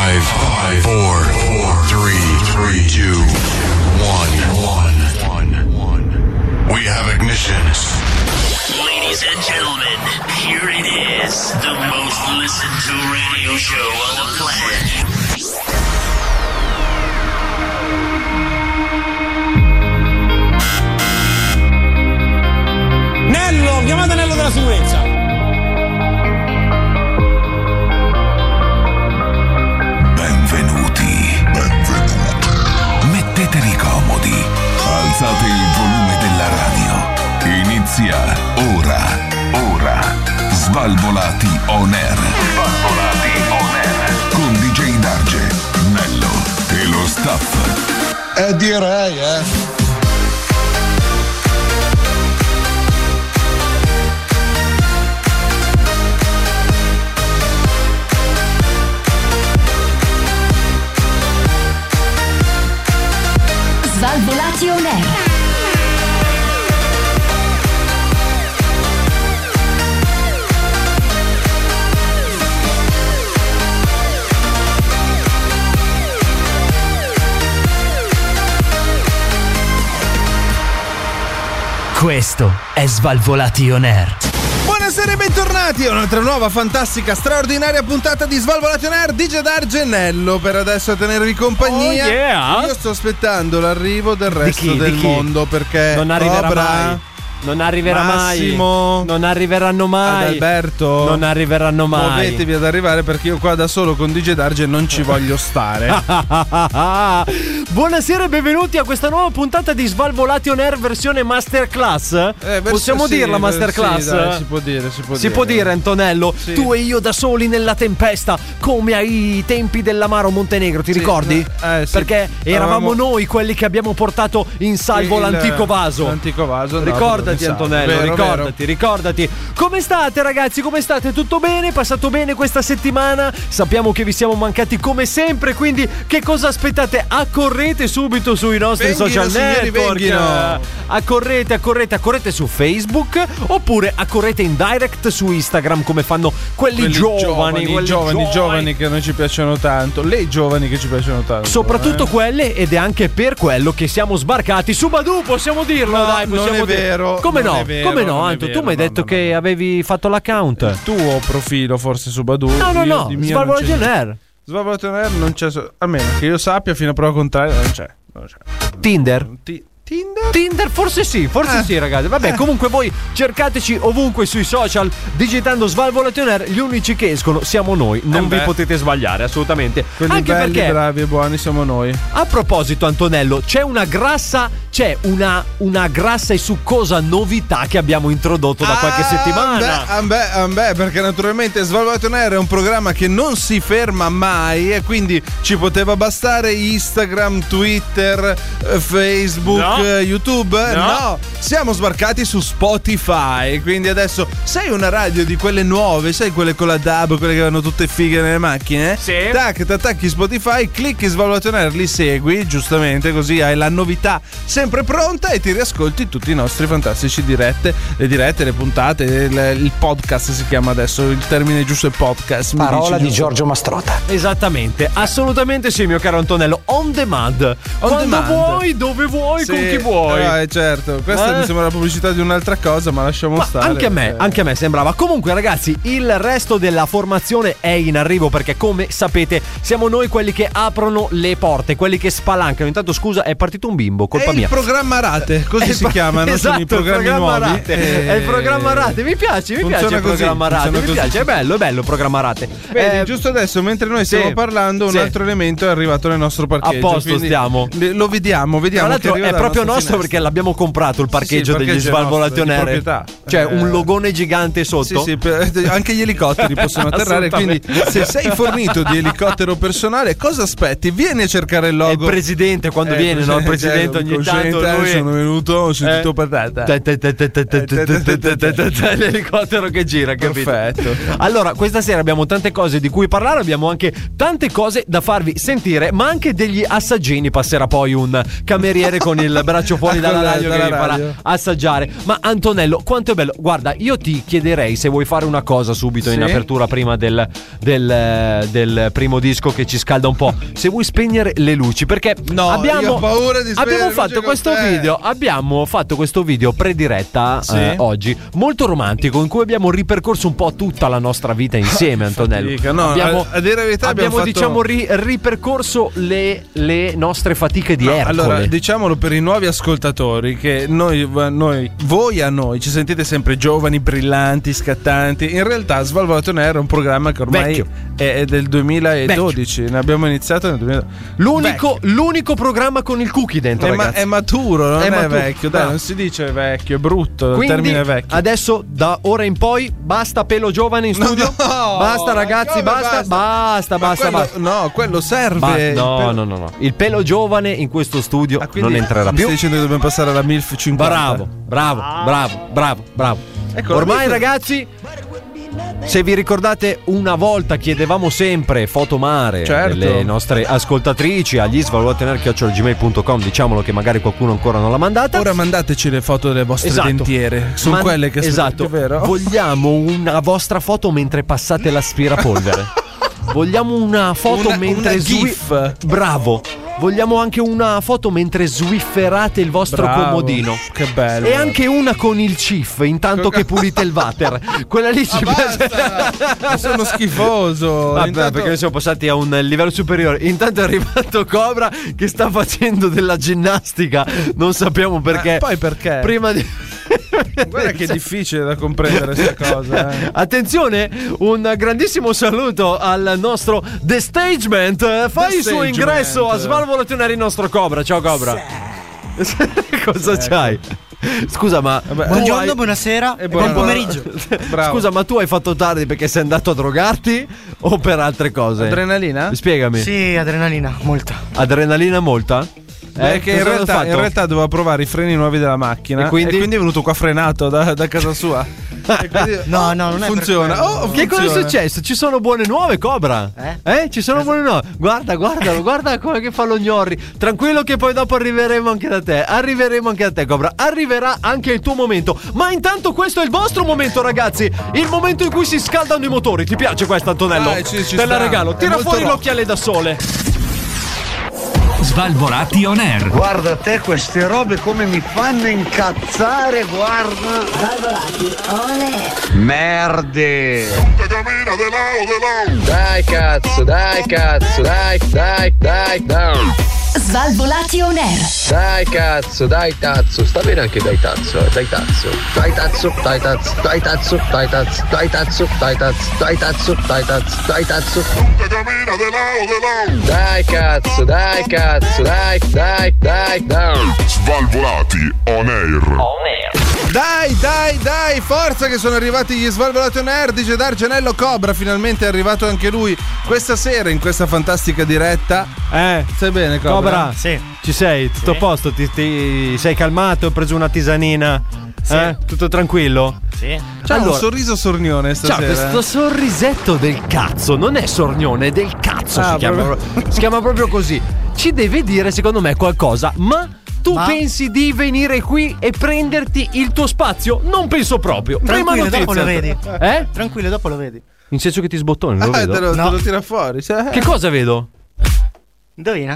5, 4, 3, 2, 1. We have ignition. Ladies and gentlemen, here it is, the most listened to radio show on the planet. Nello, chiamate Nello della sicurezza. Benvenuti. Mettetevi comodi. Alzate il volume della radio. Inizia ora. Svalvolati on air. Con DJ Darge, Nello e lo staff. Direi, Svalvolati on air. Questo è Svalvolati on air. Buonasera e bentornati a un'altra nuova, fantastica, straordinaria puntata di Svalvolati on air. DJ Darge Nello per adesso a tenervi compagnia. Oh yeah. Io sto aspettando l'arrivo del resto del mondo perché non arriverà mai. Non arriverà Massimo, mai. Non arriveranno mai. Adalberto, non arriveranno mai. Muovetevi ad arrivare perché io qua da solo con DJ Darge non ci voglio stare. Buonasera e benvenuti a questa nuova puntata di Svalvolati on air versione masterclass. Possiamo dirla masterclass? Sì, dai, si può dire. Antonello, sì. Tu e io da soli nella tempesta, come ai tempi dell'amaro Montenegro, ti ricordi? Sì. Perché eravamo noi quelli che abbiamo portato in salvo l'antico vaso. L'antico vaso, no, ricordati Antonello, vero, ricordati. Come state ragazzi? Come state? Tutto bene? Passato bene questa settimana? Sappiamo che vi siamo mancati come sempre, quindi che cosa aspettate? Accorrete subito sui nostri social network. Accorrete su Facebook oppure accorrete in direct su Instagram come fanno quelli giovani che a noi ci piacciono tanto, le giovani che ci piacciono tanto. Soprattutto quelle, ed è anche per quello che siamo sbarcati su Badoo, possiamo dirlo, no, dai, possiamo non è vero. Come non no? È vero, Come no, non Anto? vero, Tu mi hai detto che avevi fatto l'account. Il tuo profilo forse su Badoo. No, Svalvolati on air. Svalvolati on air non c'è, almeno che io sappia, fino a prova contraria non c'è. Tinder? Tinder forse sì, ragazzi. Vabbè, comunque voi cercateci ovunque sui social digitando Svalvolati on air. Gli unici che escono siamo noi. Non vi potete sbagliare assolutamente. Quelli anche belli, perché, bravi e buoni siamo noi. A proposito Antonello, c'è una grassa e succosa novità che abbiamo introdotto da qualche settimana. Perché naturalmente Svalvolati on air è un programma che non si ferma mai e quindi ci poteva bastare Instagram, Twitter, Facebook, YouTube. No, siamo sbarcati su Spotify. Quindi adesso sei una radio di quelle nuove, sai, quelle con la DAB, quelle che hanno tutte fighe nelle macchine. Sì. Tac, ti attacchi Spotify, clicchi Svalvolati on air, li segui giustamente, così hai la novità sempre pronta e ti riascolti tutti i nostri fantastici le puntate, il podcast si chiama adesso, il termine giusto è podcast. Parola di Giorgio Mastrota. Esattamente, assolutamente sì, mio caro Antonello. On demand. Quando vuoi, dove vuoi, con chi vuoi. Certo, questa mi sembra la pubblicità di un'altra cosa, ma lasciamo stare. Anche a me sembrava. Comunque ragazzi, il resto della formazione è in arrivo perché come sapete siamo noi quelli che aprono le porte, quelli che spalancano. Intanto scusa, è partito un bimbo, colpa mia. Il programma Rate, così si chiamano, esatto, sono i programmi nuovi. Rate. È il programma Rate, mi piace il programma Rate, mi piace, è bello il programma Rate. Vedi, giusto adesso mentre noi stiamo parlando un altro elemento è arrivato nel nostro parcheggio. A posto stiamo. Lo vediamo. Tra l'altro è proprio nostro perché l'abbiamo comprato il parcheggio degli Svalvolati on air. Cioè un logone gigante sotto. Sì, anche gli elicotteri possono atterrare, quindi se sei fornito di elicottero personale, cosa aspetti? Vieni a cercare il logo. Il presidente quando viene, no? Il presidente ogni tanto lui... sono venuto, ho sentito patata. L'elicottero che gira, capito? Perfetto. Allora, questa sera abbiamo tante cose di cui parlare, abbiamo anche tante cose da farvi sentire, ma anche degli assaggini. Passerà poi un cameriere con il il braccio fuori dalla radio che mi farà assaggiare. Ma Antonello, quanto è bello. Guarda, io ti chiederei se vuoi fare una cosa subito in apertura prima del primo disco che ci scalda un po'. Se vuoi spegnere le luci, perché io ho paura di spegnere abbiamo fatto questo video prediretta oggi, molto romantico, in cui abbiamo ripercorso un po' tutta la nostra vita insieme, Antonello. A dire la verità abbiamo fatto... diciamo ripercorso le nostre fatiche di Ercole. Allora, diciamolo per i nuovi ascoltatori che voi a noi ci sentite sempre giovani, brillanti, scattanti. In realtà Svalvolato on Air è un programma che ormai è del 2012. Ne abbiamo iniziato nel 2012. L'unico programma con il cookie dentro, ragazzi. È maturo, non è vecchio. Dai, non si dice vecchio, è brutto. Quindi, il termine vecchio. Adesso, da ora in poi, basta pelo giovane in studio. Basta, ragazzi, basta. No, quello serve. No. Il pelo giovane in questo studio non entrerà più. Stai dicendo che dobbiamo passare alla MILF 50? Bravo. Ecco, ormai, ragazzi, se vi ricordate, una volta chiedevamo sempre foto mare delle nostre ascoltatrici agli svalvolationer@gmail.com. Diciamolo che magari qualcuno ancora non l'ha mandata. Ora mandateci le foto delle vostre dentiere. Sono quelle che esatto, vero? Vogliamo una vostra foto mentre passate l'aspirapolvere. Vogliamo una foto mentre GIF. Bravo. Vogliamo anche una foto mentre swifferate il vostro comodino. Che bello. E anche una con il cif intanto che pulite il water. Quella lì ci piace. Sono schifoso. Vabbè, perché noi siamo passati a un livello superiore. Intanto è arrivato Cobra che sta facendo della ginnastica. Non sappiamo perché. Poi perché? Prima di... Guarda che è difficile da comprendere questa cosa. Attenzione, un grandissimo saluto al nostro The Stagement. Fai il suo ingresso a Svalvolato on Air, il nostro Cobra. Ciao Cobra. Cosa c'hai? Scusa, ma buongiorno, buonasera e buon pomeriggio. Scusa, ma tu hai fatto tardi perché sei andato a drogarti o per altre cose? Adrenalina? Spiegami. Sì, adrenalina, molta. Adrenalina molta? Che in realtà doveva provare i freni nuovi della macchina e quindi è venuto qua frenato da casa sua. No, non funziona. Che cosa è successo? Ci sono buone nuove, Cobra? Ci sono buone nuove. Guarda come che fa lo gnorri. Tranquillo che poi dopo arriveremo anche da te, Cobra. Arriverà anche il tuo momento. Ma intanto questo è il vostro momento, ragazzi. Il momento in cui si scaldano i motori. Ti piace questo, Antonello? Te la regalo. Tira fuori l'occhiale da sole. Svalvolati on Air. Guarda te, queste robe come mi fanno incazzare, guarda. Svalvolati on Air. Merde. Dai cazzo. Svalvolati on Air. Dai cazzo, dai tazzo. Sta bene anche dai tazzo. Dai tazzo. Dai tazzo. Dai tazzo. Dai tazzo. Dai tazzo. Dai tazzo. Dai tazzo. Dai tazzo. Dai tazzo. Dai tazzo. Dai cazzo. Dai cazzo. Dai. Svalvolati on Air. Dai, forza che sono arrivati gli Svalvolati on Air. Dice Dargenello Cobra, finalmente è arrivato anche lui questa sera in questa fantastica diretta. Stai bene, Cobra? Sì. Ci sei? Tutto a posto? Ti sei calmato? Hai preso una tisanina? Sì. Tutto tranquillo? Sì. C'ha un sorriso sornione stasera. C'ha questo sorrisetto del cazzo. Non è sornione, è del cazzo. Si chiama proprio così. Ci deve dire, secondo me, qualcosa. Ma tu pensi di venire qui e prenderti il tuo spazio? Non penso proprio. Tranquillo, dopo lo vedi. Tranquillo, dopo lo vedi. In senso che ti sbottoni, lo vedo. Te lo tira fuori. Che cosa vedo? Indovina?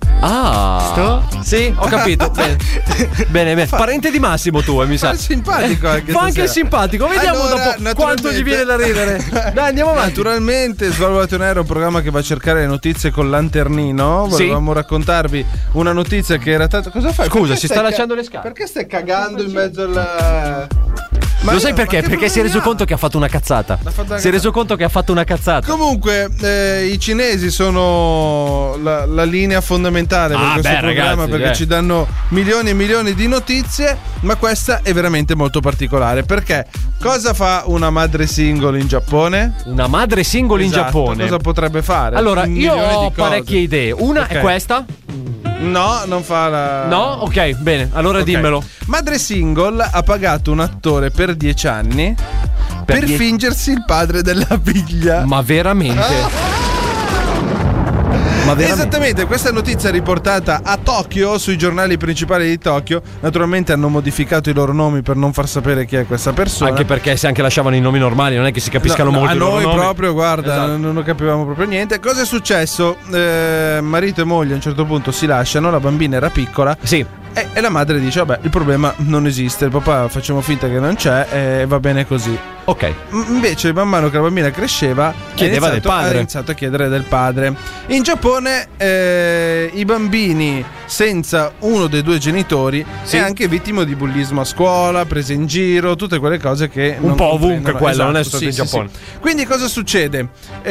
Sì, ho capito. Bene. Parente di Massimo tu, mi sa. Fa simpatico anche. Fa anche simpatico. Vediamo dopo quanto gli viene da ridere. Dai, andiamo avanti. Naturalmente Svalvolato on Air è un programma che va a cercare le notizie con lanternino. Volevamo raccontarvi una notizia che era cosa fai? Scusa, si sta lasciando le scarpe. Perché stai cagando in mezzo al... Lo sai perché? Perché si è reso conto che ha fatto una cazzata. Comunque, i cinesi sono la linea fondamentale per questo programma, ragazzi, perché ci danno milioni e milioni di notizie. Ma questa è veramente molto particolare. Perché cosa fa una madre single in Giappone? Una madre single in Giappone? Cosa potrebbe fare? Allora, io ho parecchie idee. Una è questa. No, non fa la... No? Ok, bene, allora dimmelo. Madre single ha pagato un attore per 10 anni per fingersi il padre della figlia. Ma veramente? Ma veramente? Esattamente, questa notizia è riportata a Tokyo, sui giornali principali di Tokyo. Naturalmente hanno modificato i loro nomi per non far sapere chi è questa persona. Anche perché se anche lasciavano i nomi normali non è che si capiscano molto a i loro noi nomi. proprio, guarda, Esatto. non capivamo proprio niente. Cosa è successo? Marito e moglie a un certo punto si lasciano, la bambina era piccola. Sì. E la madre dice: vabbè, il problema non esiste, il papà facciamo finta che non c'è e va bene così. Ok. Invece man mano che la bambina cresceva Chiedeva del padre. ha iniziato a chiedere del padre. In Giappone i bambini senza uno dei due genitori Sì. è anche vittima di bullismo a scuola, prese in giro, tutte quelle cose che Un non po' ovunque comprendono. quello, Esatto, non è solo sì, in sì, Giappone. sì. Quindi cosa succede?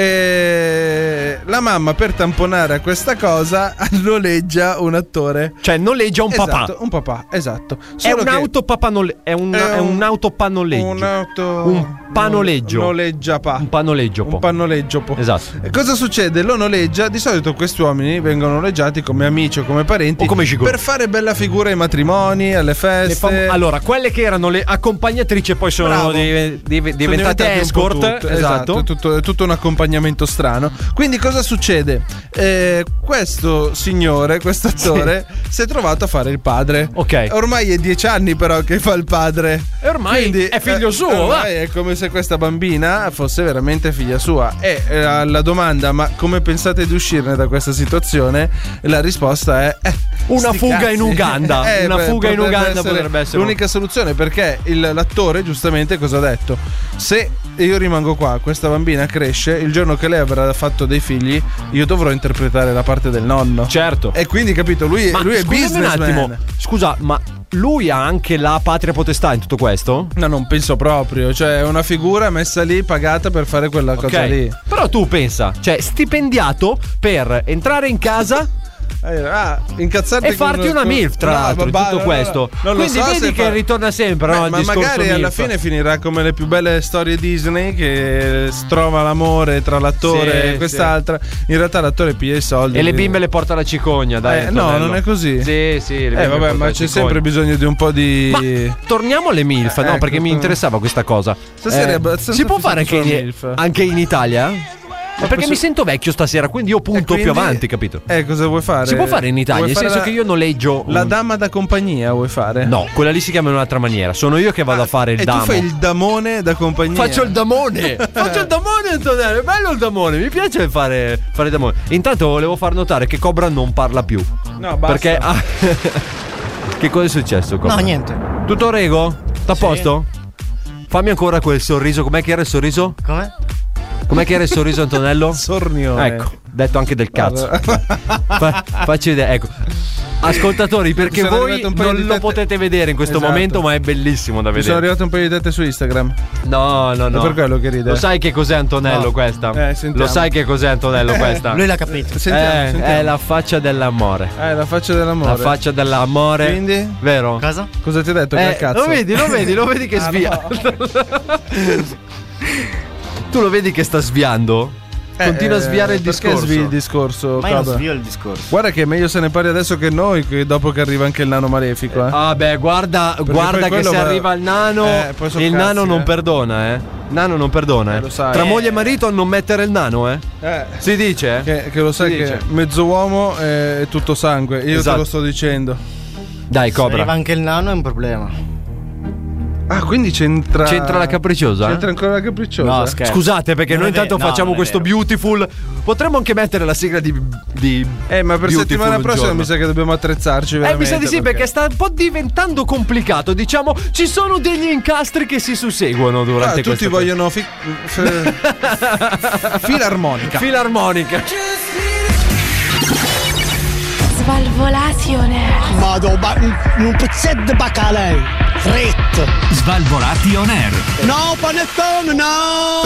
La mamma, per tamponare a questa cosa, noleggia un attore. Cioè noleggia un papà. Esatto, un papà, esatto. È Solo che- è un autopanoleggio. Un panoleggio. Noleggia-pa. Un panoleggio. Un pannoleggio. Esatto. E cosa succede? Lo noleggia. Di solito questi uomini vengono noleggiati come amici o come parenti O come gigolo. per fare bella figura ai matrimoni, alle feste. Allora, quelle che erano le accompagnatrici poi sono Bravo. diventate Sono diventati un po' escort. tutto, Esatto. è tutto un accompagnamento strano. Quindi cosa succede? Questo signore, questo attore, si è trovato a fare il padre. Ok. Ormai è 10 anni però che fa il padre. E ormai Quindi, è figlio suo, va. ormai è come se questa bambina fosse veramente figlia sua. E la domanda: ma come pensate di uscirne da questa situazione? La risposta è Una sti fuga cazzi. in Uganda. Una fuga in Uganda potrebbe essere l'unica soluzione, perché l'attore giustamente cosa ha detto? Se io rimango qua, questa bambina cresce, il giorno che lei avrà fatto dei figli, io dovrò interpretare la parte del nonno. Certo. E quindi, capito, lui è scusami un businessman. attimo. Scusa, ma lui ha anche la patria potestà in tutto questo? No, non penso proprio. Cioè, è una figura messa lì, pagata per fare quella cosa lì. Però tu pensa, cioè stipendiato per entrare in casa incazzarti e farti una MILF, tra l'altro, in tutto questo. Non lo Quindi so vedi se che ritorna sempre, no, il ma discorso magari alla MILF. fine finirà come le più belle storie Disney, che trova l'amore tra l'attore Sì, e quest'altra. In realtà l'attore piglia i soldi E le bimbe le porta alla cicogna, dai. no, Antonello. non è così. Sì, sì. le bimbe vabbè, porta ma alla c'è cicogna. sempre bisogno di un po' di. Ma torniamo alle MILF, no? ecco, Perché mi interessava questa cosa. Stasera è abbastanza si può fare fissato anche sulla MILF. anche in Italia? Ma perché mi sento vecchio stasera, quindi io punto quindi- più avanti, capito? Cosa vuoi fare? Si può fare in Italia, Vuoi nel fare senso che io noleggio la dama da compagnia vuoi fare? No, quella lì si chiama in un'altra maniera. Sono io che vado a fare il e damo. tu fai il damone da compagnia. Faccio il damone. Faccio il damone, Antonello. È bello il damone. Mi piace fare il damone. Intanto volevo far notare che Cobra non parla più. No, basta. Perché che cosa è successo, Cobra? No, niente. Tutto rego? Sta a posto? Fammi ancora quel sorriso. Com'è che era il sorriso? Come? Com'è che era il sorriso, Antonello? Sornione. Ecco, detto anche del cazzo. Facci vedere, ecco. Ascoltatori, perché sono voi arrivate un paio non di lo tette- potete vedere in questo Esatto. momento, ma è bellissimo da Mi sono vedere. arrivato un paio di tette su Instagram. No, no, no. È per quello che ride. Lo sai che cos'è Antonello No. questa? Sentiamo. Lo sai che cos'è Antonello questa? Lui l'ha capito. Sentiamo. È la faccia dell'amore. La faccia dell'amore. La faccia dell'amore. Quindi? Vero? Cosa? Cosa ti ha detto? Che cazzo? Lo vedi che svia. Tu lo vedi che sta sviando? Continua a sviare il perché discorso. svi il discorso? Ma io non Cobra? svio il discorso. Guarda che è meglio se ne parli adesso che noi, che dopo che arriva anche il nano malefico. Ah beh, guarda poi che quello se va- arriva il nano, poi so il cazzi, nano non perdona, Nano non perdona, lo sai. Tra moglie e marito non mettere il nano, Si dice, Che lo sai Si che dice. mezzo uomo è tutto sangue. Io Esatto. te lo sto dicendo. Dai, Se arriva Cobra. anche il nano è un problema. Ah, quindi c'entra. C'entra la capricciosa? C'entra ancora la capricciosa? No, scherzo. Scusate, perché Non noi è vero, intanto no, facciamo non è questo vero. beautiful. Potremmo anche mettere la sigla di Ma per Beautiful settimana prossima giorno. mi sa che dobbiamo attrezzarci veramente. Mi sa di sì, perché sta un po' diventando complicato. Diciamo, ci sono degli incastri che si susseguono durante tutti questo. vogliono filarmonica. Filarmonica. Svalvolazione. Vado, un pezzetto di bacalei. Fritto. Svalvolati on air. No, panettone, no.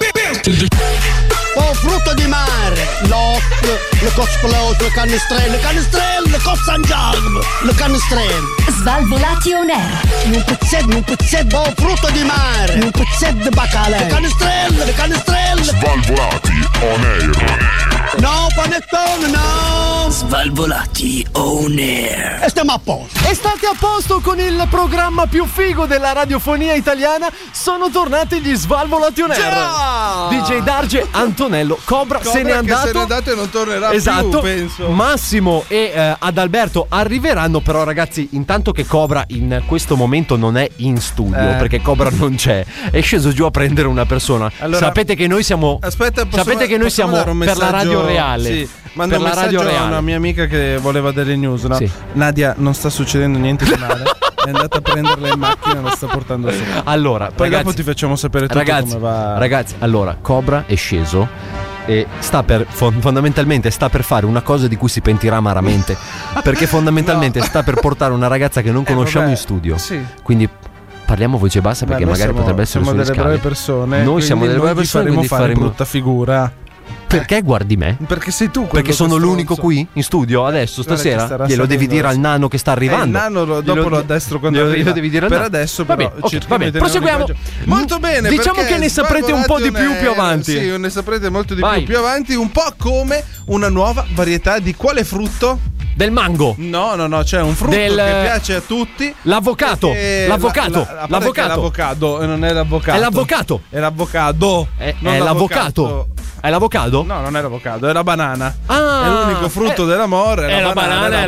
Oh, frutto di mare. L'occhio, le cosplot, le canestrelle, le cozzangialme, le canestrelle. Svalvolati on air. Un pezzetto, oh, frutto di mare. Un pezzetto di bacalei. Le canestrelle. Svalvolati on air. No, panettone, no! Svalvolati on air. E stiamo a posto. E state a posto con il programma più figo della radiofonia italiana. Sono tornati gli Svalvolati on air. DJ Darge, Antonello, Cobra se n'è andato. Se n'è andato e non tornerà esatto, più, penso. Massimo e Adalberto arriveranno, però ragazzi, intanto che Cobra in questo momento non è in studio, perché Cobra non c'è, è sceso giù a prendere una persona. Allora, sapete che noi siamo sapete che noi siamo per la radio reale. Sì. Manda per un la radio messaggio a reale. una mia amica che voleva delle news, no? Sì. Nadia, non sta succedendo niente di male. È andata a prenderla in macchina e la sta portando su. Allora, poi ragazzi, dopo ti facciamo sapere tutto come va. Ragazzi, allora, Cobra è sceso e sta per fondamentalmente sta per fare una cosa di cui si pentirà amaramente. Perché fondamentalmente sta per portare una ragazza che non conosciamo in studio. Sì. Quindi parliamo voce bassa perché noi magari potrebbe essere siamo sulle delle scale. brave persone. Noi siamo delle brave persone, faremo quindi fare brutta figura. Perché guardi me? Perché sei tu quello Perché sono che l'unico stronzo. qui in studio adesso Guarda che stasera? starà Glielo devi salendo dire al adesso. nano che sta arrivando. Il nano dopo lo addestro quando glielo arriva. devi dire al Per nano. adesso va però bene, ok, cerchiamo va bene. di tenere un Proseguiamo. linguaggio. Molto bene. Diciamo perché che ne saprete un po' di più Svalvolati avanti. Sì, ne saprete molto di Vai. più avanti. Un po' come una nuova varietà di quale frutto? Del mango. No, c'è un frutto che piace a tutti. L'avvocato. L'avvocato. L'avvocato. Non è l'avvocato. È l'avvocato. È l'avvocato. È l'avvocato. È l'avocado? No, non è l'avocado, è la banana. Ah, è l'unico frutto dell'amore. È la banana.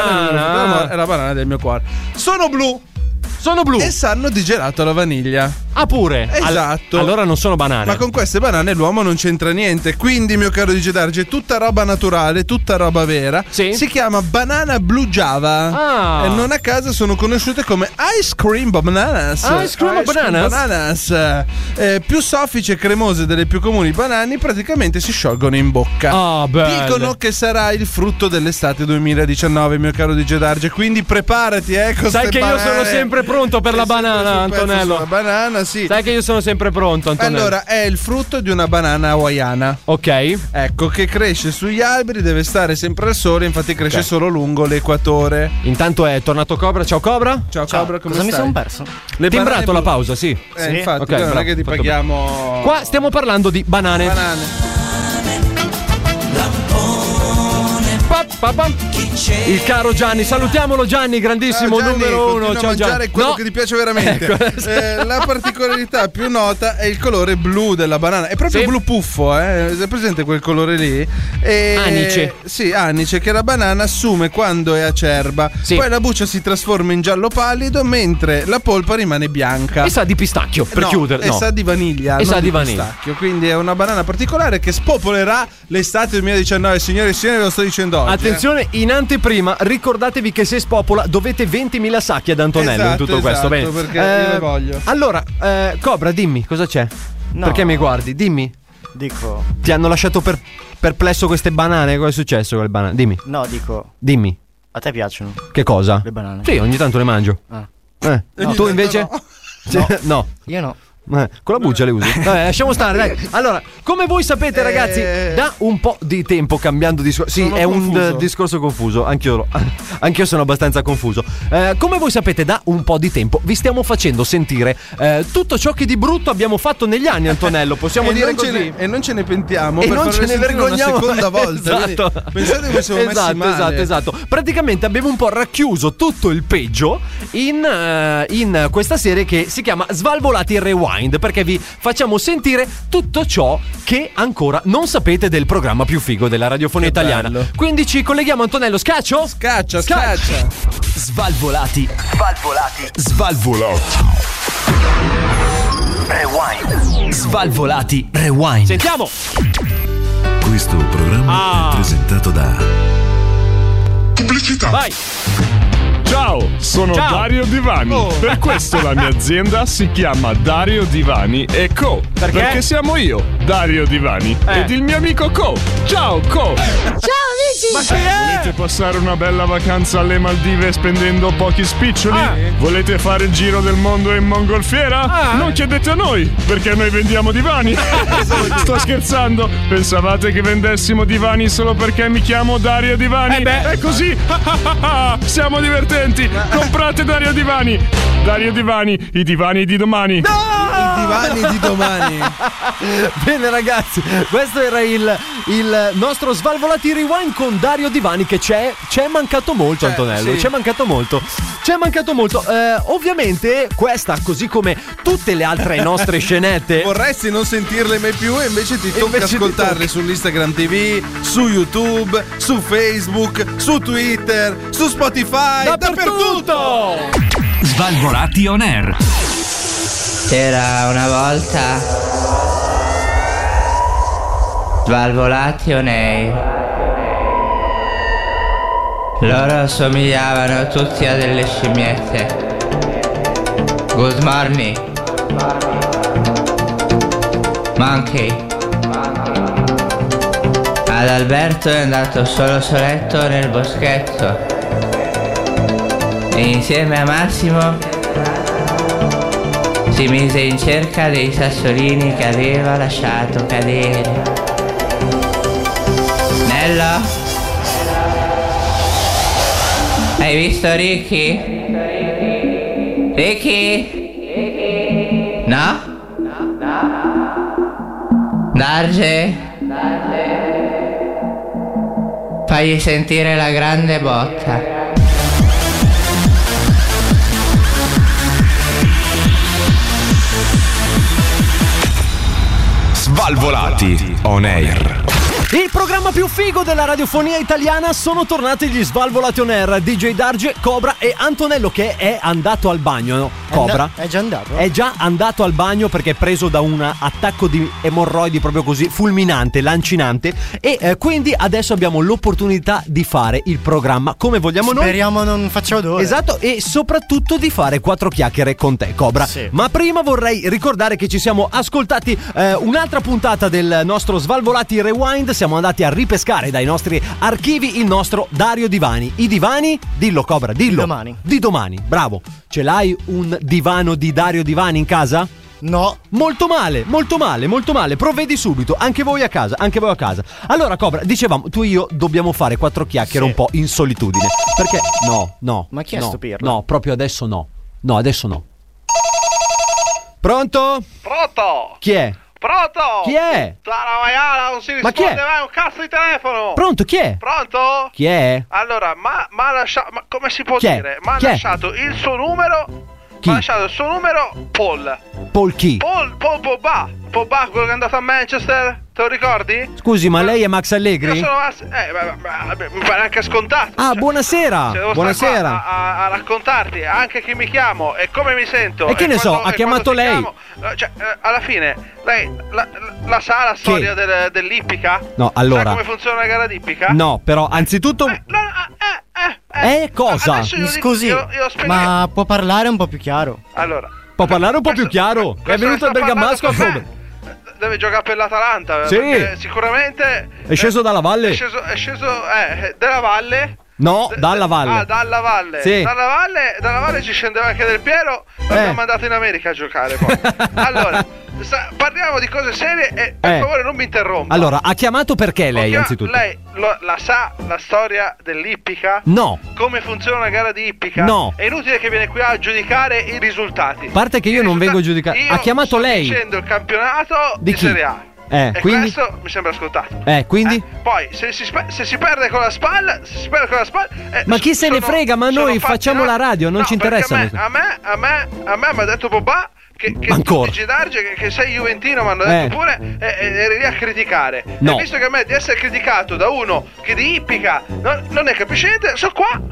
È la banana del mio cuore. Sono blu. E sanno di gelato alla vaniglia. Ah, pure? Esatto. Allora non sono banane. Ma con queste banane l'uomo non c'entra niente. Quindi, mio caro DJ Darge, tutta roba naturale, tutta roba vera. Sì. Si chiama banana blue Java. Ah. E non a caso sono conosciute come ice cream bananas. Ice cream bananas. Più soffici e cremose delle più comuni banane, praticamente si sciolgono in bocca. Ah, belle. Dicono che sarà il frutto dell'estate 2019, mio caro DJ Darge. Quindi preparati, con sai ste che banane. io sono sempre pronto per la banana, Antonello. La banana, sì. Sai che io sono sempre pronto, Antonello. Allora, è il frutto di una banana hawaiana. Ok. Ecco, che cresce sugli alberi, deve stare sempre al sole, infatti cresce solo lungo l'equatore. Intanto è tornato Cobra. Ciao Cobra. Ciao Cobra, come Cosa stai? mi sono perso? Timbrato la pausa, sì. Infatti, Ok, non bravo, è che ti fatto paghiamo. Qua stiamo parlando di banane. Il caro Gianni, salutiamolo Gianni, grandissimo. Ciao, Gianni, numero uno. continua Ciao a mangiare Gianni. quello No. che ti piace veramente. Ecco. La particolarità più nota è il colore blu della banana. È proprio Sì. blu puffo, È presente quel colore lì? Anice. Sì, anice, che la banana assume quando è acerba. Sì. Poi la buccia si trasforma in giallo pallido, mentre la polpa rimane bianca. E sa di pistacchio, per chiudere. E No. sa di vaniglia. E non sa di vaniglia. pistacchio. Quindi è una banana particolare che spopolerà l'estate 2019. Signore e signori, ve lo sto dicendo oggi. Attenzione, in anteprima, ricordatevi che se spopola dovete 20.000 sacchi ad Antonello in tutto questo. Bene. Perché io le voglio. Allora, Cobra, dimmi cosa c'è. No. Perché mi guardi? Dimmi. Dico. Ti hanno lasciato perplesso queste banane? Cosa è successo con le banane? Dimmi. No, dico. Dimmi. A te piacciono? Che cosa? Le banane. Sì, ogni tanto le mangio. Ah. Ogni Tu tanto invece? no. No. Io no. Con la buccia le usi. Vabbè, lasciamo stare, dai. Allora, come voi sapete, ragazzi, da un po' di tempo cambiando discorso. Sì, Sono è confuso. un discorso confuso. Anch'io sono abbastanza confuso. Come voi sapete, da un po' di tempo vi stiamo facendo sentire tutto ciò che di brutto abbiamo fatto negli anni, Antonello. Possiamo dire così. E non ce ne pentiamo. E per non farle ce ne sentire vergogniamo una seconda volta. Esatto. Quindi pensate come siamo messi male. Esatto. Praticamente abbiamo un po' racchiuso tutto il peggio in questa serie che si chiama Svalvolati Rewind, perché vi facciamo sentire tutto ciò che ancora non sapete del programma più figo della radiofonia Che italiana. bello. Quindi ci colleghiamo, Antonello. Scaccia. Svalvolati. Rewind. Svalvolati Rewind. Sentiamo. Questo programma è presentato da Pubblicità. Vai. Ciao, sono Ciao. Dario Divani. Oh. Per questo la mia azienda si chiama Dario Divani & Co. Perché? siamo io, Dario Divani, ed il mio amico Co. Ciao Co. Ma che è? Volete passare una bella vacanza alle Maldive spendendo pochi spiccioli? Volete fare il giro del mondo in mongolfiera? Non chiedete a noi, perché noi vendiamo divani. Sto scherzando. Pensavate che vendessimo divani solo perché mi chiamo Dario Divani? È così. Siamo divertenti. Comprate Dario Divani. Dario Divani, i divani di domani. Il divani di domani. Bene ragazzi, questo era il nostro Svalvolati Rewind con Dario Divani che ci è mancato molto, Antonello, sì. ci è mancato molto. Ovviamente questa, così come tutte le altre nostre scenette, vorresti non sentirle mai più e invece ti tocca ascoltarle sull'Instagram TV, su YouTube, su Facebook, su Twitter, su Spotify, dappertutto. Svalvolati on air. C'era una volta Svalvolati on air. Loro somigliavano tutti a delle scimmiette. Good morning Monkey. Ad Alberto è andato soletto nel boschetto e insieme a Massimo si mise in cerca dei sassolini che aveva lasciato cadere. Nello? Hai visto Ricky? Ricky? No? Darge? Fagli sentire la grande botta. Svalvolati on air. Il programma più figo della radiofonia italiana, sono tornati gli Svalvolati on air. DJ Darge, Cobra e Antonello che è andato al bagno, no? Cobra? È già andato? È già andato al bagno perché è preso da un attacco di emorroidi proprio così fulminante, lancinante, e quindi adesso abbiamo l'opportunità di fare il programma come vogliamo noi. Speriamo non faccia odore. Esatto, e soprattutto di fare 4 chiacchiere con te, Cobra. Sì. Ma prima vorrei ricordare che ci siamo ascoltati un'altra puntata del nostro Svalvolati Rewind. Siamo andati a ripescare dai nostri archivi il nostro Dario Divani. I divani? Dillo, Cobra, dillo. Di domani, bravo. Ce l'hai un divano di Dario Divani in casa? No. Molto male, molto male, molto male. Provvedi subito, anche voi a casa, anche voi a casa. Allora, Cobra, dicevamo, tu e io dobbiamo fare 4 chiacchiere un po' in solitudine. Perché? No. Ma chi è sto pirla? No, proprio adesso no. No, adesso no. Pronto? Pronto? Chi è? Pronto? Chi è? Tara maiala, non si Ma chi risponde è? mai a un cazzo di telefono. Pronto, chi è? Pronto? Chi è? Allora, ma ha lasciato, ma come si può Chi è? dire? Ma ha Chi è? lasciato il suo numero. Chi? Ma ha lasciato il suo numero Paul. Paul chi? Paul Pogba, quello che è andato a Manchester. Te lo ricordi? Scusi, ma lei è Max Allegri? Io sono mi pare anche scontato. Ah, buonasera. Se devo Buonasera. stare qua a raccontarti anche chi mi chiamo e come mi sento. E che ne so, ha chiamato lei? Chiamo, cioè, alla fine, lei la sa la storia dell'ippica? No, allora. Sa come funziona la gara d'ippica? No, però anzitutto cosa? Adesso io Scusi, io spiego. ma può parlare un po' più chiaro? Allora, può parlare un po' più chiaro? È venuto al Bergamasco a come? Deve giocare per l'Atalanta. Sì. Perché sicuramente È sceso dalla valle? È sceso dalla valle. No, dalla valle. Ah, dalla valle. Sì. Dalla valle ci scendeva anche Del Piero. L'abbiamo mandato in America a giocare poi. Allora, parliamo di cose serie e per favore non mi interrompa. Allora, ha chiamato perché lei anzitutto? Lei la sa la storia dell'ippica? No. Come funziona una gara di ippica? No. È inutile che viene qui a giudicare i risultati. A parte che io non vengo a giudicare. Ha chiamato lei. Sto dicendo il campionato di chi? Serie A. E quindi? questo mi sembra scontato. Quindi? Poi se si perde con la SPAL, ma chi se ne frega? Ma noi facciamo la radio, non ci interessa. A me mi ha detto Bobà che tu dici Darge che sei juventino, mi hanno detto pure, eri lì a criticare. No. E visto che a me di essere criticato da uno che di ippica non ne capisce niente, so qua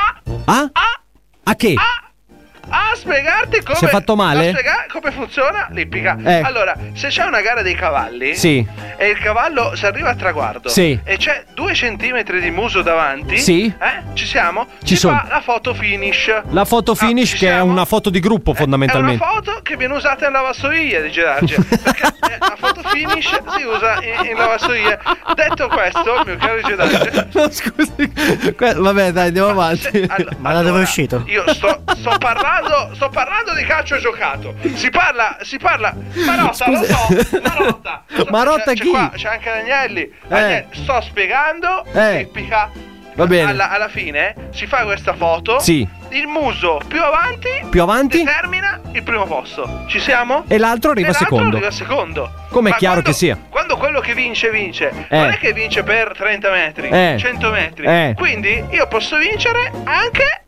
a che? A spiegarti come. Si è fatto male? A spiegare come funziona l'ippica. Allora, se c'è una gara dei cavalli, sì, e il cavallo si arriva a traguardo, sì, e c'è 2 centimetri di muso davanti, sì, ci siamo? Ci sono. Fa la foto finish. La foto finish, che è una foto di gruppo fondamentalmente. È una foto che viene usata in lavastoviglie, dice Darge. Perché la foto finish si usa in lavastoviglie. Detto questo, mio caro dice Darge. No, scusi. Vabbè, dai, andiamo avanti. Ma da dove è uscito? Io sto parlando di calcio giocato. Si parla Marotta, lo so. Marotta chi? C'è anche Agnelli. Sto spiegando ippica. Va bene. Alla fine si fa questa foto. Sì. il muso più avanti determina il primo posto. Ci siamo? E l'altro arriva secondo. Come è chiaro che sia. Quando quello che vince non è che vince per 30 metri, 100 metri. Quindi io posso vincere anche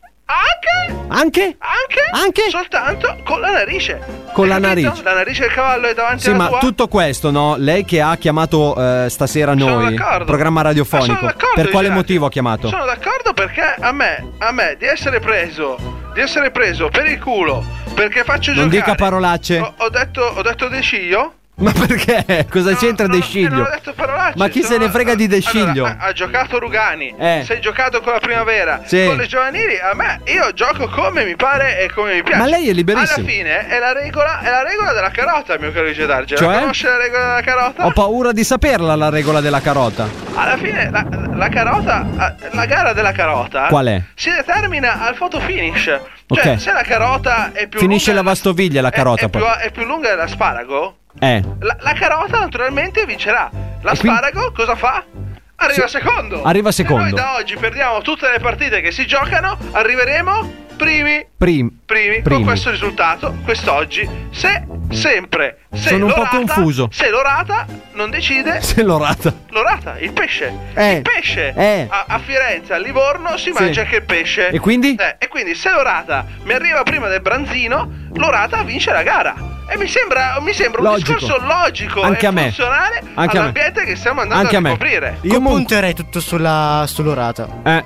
soltanto con la narice. Con la narice. La narice del cavallo è davanti alla tua. Sì, ma tutto questo, no? Lei che ha chiamato stasera noi, programma radiofonico. Per quale motivo ha chiamato? Sono d'accordo perché a me di essere preso per il culo perché faccio giocare. Non dica parolacce. Ho detto De Sciglio. Ma perché? Cosa c'entra De Sciglio? Non ho detto parolacce. Ma chi se ne frega di De Sciglio? Allora, ha giocato Rugani, sei giocato con la Primavera, con le giovanili, io gioco come mi pare e come mi piace. Ma lei è liberissimo. Alla fine è la regola della carota, mio caro Luigi Darge. Cioè? La conosce la regola della carota? Ho paura di saperla la regola della carota. Alla fine la carota, la gara della carota qual è? Si determina al photo finish. Cioè, se la carota è più finisce lunga, la lavastoviglie la carota è più lunga dell'asparago. La carota naturalmente vincerà. L'asparago cosa fa? Arriva secondo. Se noi da oggi perdiamo tutte le partite che si giocano, arriveremo primi. Con questo risultato quest'oggi. Sono un po' confuso. Se l'orata non decide. L'orata, il pesce. Il pesce a Firenze, a Livorno si mangia anche il pesce. E quindi? E quindi se l'orata mi arriva prima del branzino, l'orata vince la gara. E mi sembra un discorso logico anche e a me. funzionale all'ambiente che stiamo andando a ricoprire. Io punterei tutto sull'orata.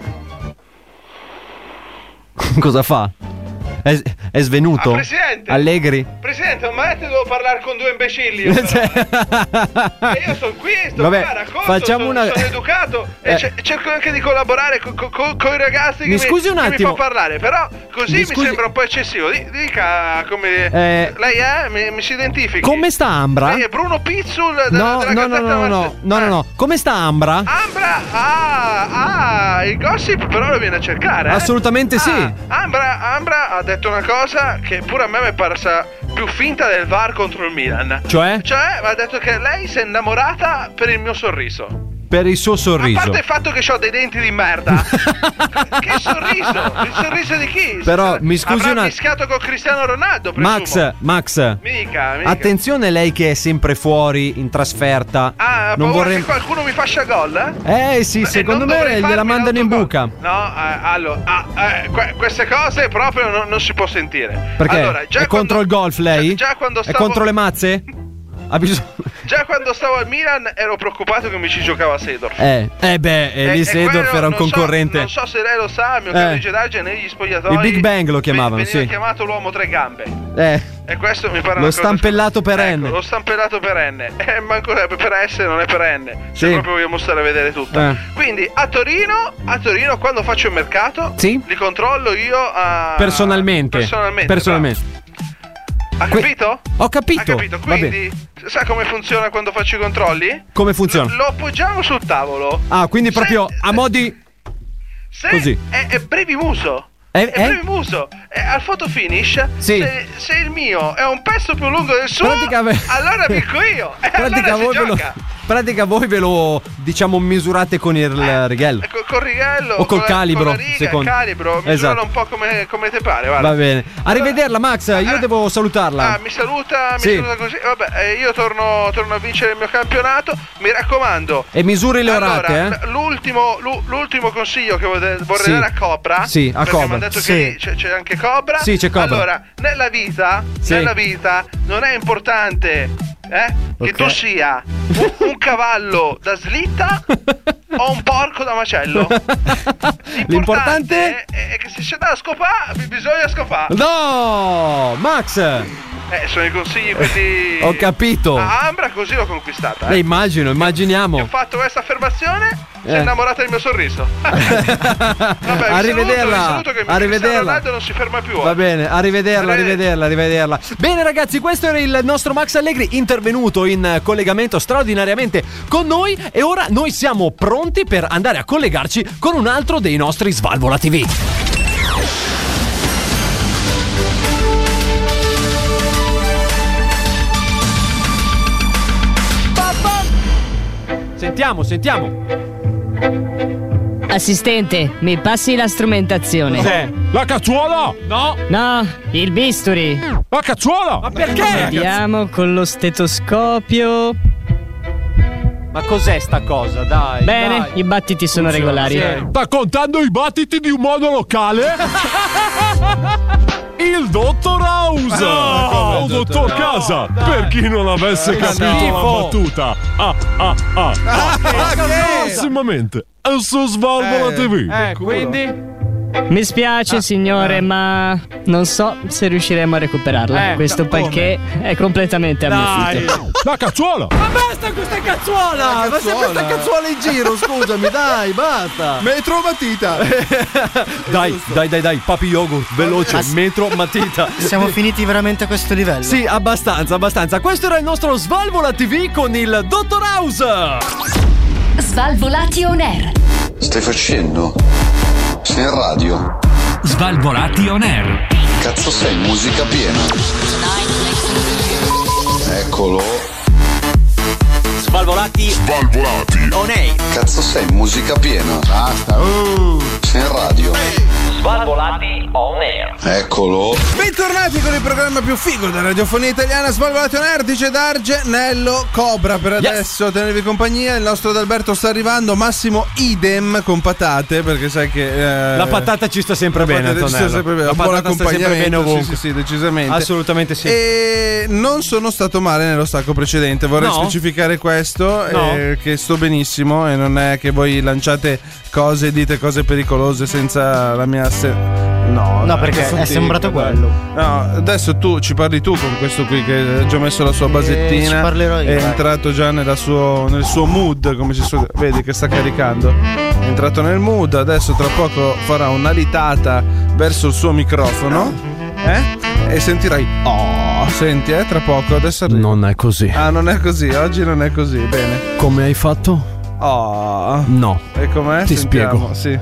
Cosa fa? È svenuto? Presidente, Allegri? Presidente, ma devo parlare con due imbecilli. Io sono qui, facciamo sono educato e cerco anche di collaborare con i ragazzi che mi fa parlare. Però così mi sembra un po' eccessivo. Dica come lei mi si identifichi. Come sta Ambra? Lei è Bruno Pizzul della No. Come sta Ambra? Ambra, il gossip però lo viene a cercare. Assolutamente sì. Ambra ha detto una cosa che pure a me mi è parsa più finta del VAR contro il Milan. Cioè ha detto che lei si è innamorata per il mio sorriso. Per il suo sorriso. A parte il fatto che ho dei denti di merda. Che sorriso? Il sorriso di chi? Però mi scusi avrà mischiato con Cristiano Ronaldo, presumo. Max. Mica. Attenzione, lei che è sempre fuori in trasferta. Non vorrei che qualcuno mi faccia gol? Sì, secondo me gliela mandano in buca. No, queste cose proprio non si può sentire. Perché? Allora, è contro il golf lei? Già quando è contro le mazze? Già quando stavo al Milan ero preoccupato che mi ci giocava Seedorf. Lì Seedorf era un concorrente. Non so se lei lo sa, mio caro Gedaggio, negli spogliatoi il Big Bang lo chiamavano, veniva chiamato l'uomo tre gambe. E questo mi pare lo stampellato perenne. Lo stampellato perenne. Manco per essere non è perenne. Se proprio vogliamo stare a vedere tutto. Quindi a Torino quando faccio il mercato, li controllo io personalmente. Ha capito? Ho capito. Quindi, sa come funziona quando faccio i controlli? Come funziona? Lo appoggiamo sul tavolo. Quindi proprio a modi così. È brevimuso. È brevimuso. Al photo finish, se il mio è un pezzo più lungo del suo, allora vinco io. Pratica voi ve lo misurate con il righello. Col righello o col calibro, con la riga, il calibro, misuralo un po' come te pare, guarda. Va bene. Arrivederla Max, io devo salutarla. Mi saluta così. Vabbè, io torno a vincere il mio campionato, mi raccomando. E misuri le orate, l'ultimo consiglio che vorrei dare a Cobra. Sì, a Cobra. Mi hanno detto che c'è anche Cobra. Sì, c'è Cobra. Allora, nella vita non è importante che tu sia un cavallo da slitta o un porco da macello. L'importante è che se c'è da scopare, bisogna scopare. No, Max. Sono i consigli quelli. Ho capito. A Ambra così l'ho conquistata. Immaginiamo. Ho fatto questa affermazione. Si è innamorata del mio sorriso. Vabbè, arrivederla. Arrivederla. Non si ferma più. Va bene, arrivederla. Bene ragazzi, questo era il nostro Max Allegri, intervenuto in collegamento straordinariamente con noi. E ora noi siamo pronti per andare a collegarci con un altro dei nostri Svalvola TV. Sentiamo. Assistente, mi passi la strumentazione. Cos'è? La cazzuola? No. No, il bisturi. La cazzuola? Ma perché? Vediamo con lo stetoscopio. Ma cos'è sta cosa? Dai. Bene, dai. i battiti sono regolari. Sta contando i battiti di un modo locale? Il Dottor House! No, Dottor Casa! Dai. Per chi non avesse capito la battuta. Prossimamente su Svalvola TV. Quindi? Mi spiace signore, ma non so se riusciremo a recuperarla. Questo perché è completamente ammuffito. La cazzuola! Ma basta questa cazzuola! Ma sempre questa cazzuola in giro, scusami, dai, basta! Metro matita! Dai, papi yogurt, veloce, metro matita. Siamo finiti veramente a questo livello? Sì, abbastanza. Questo era il nostro Svalvola TV con il Dottor House. Svalvolati on air. Stai facendo? Sei in radio? Svalvolati on air. Cazzo sei, musica piena. Eccolo. Svalvolati on air. Cazzo sei, musica piena. Basta. Sei in radio. Svalvolati on air. Eccolo. Bentornati con il programma più figo della radiofonia italiana, Svalvolati on air. Dice Darge, Nello, Cobra per adesso, tenervi compagnia. Il nostro Adalberto sta arrivando, Massimo idem con patate, perché sai che la patata ci sta sempre bene, Antonello. La patata sta sempre bene ovunque. Sì, decisamente. Assolutamente sì. E non sono stato male nello stacco precedente, vorrei specificare questo, che sto benissimo e non è che voi lanciate cose, dite cose pericolose senza la mia No, perché è sembrato quello. No, adesso ci parli tu con questo qui che ha già messo la sua basettina. Ci parlerò io. È entrato già nel suo mood, come si suol dire. Vedi che sta caricando. È entrato nel mood, adesso tra poco farà un'alitata verso il suo microfono. E sentirai. Senti, tra poco, adesso arriva. Non è così. Non è così, oggi non è così, bene. Come hai fatto? No. E com'è? Ti Sentiamo. spiego. Sì.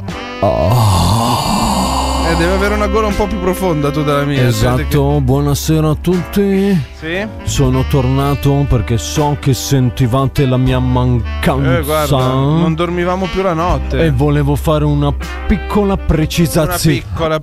Deve avere una gola un po' più profonda tu della mia. Esatto, buonasera a tutti. Sì. Sono tornato perché so che sentivate la mia mancanza. Guarda, non dormivamo più la notte. E volevo fare una piccola precisazione.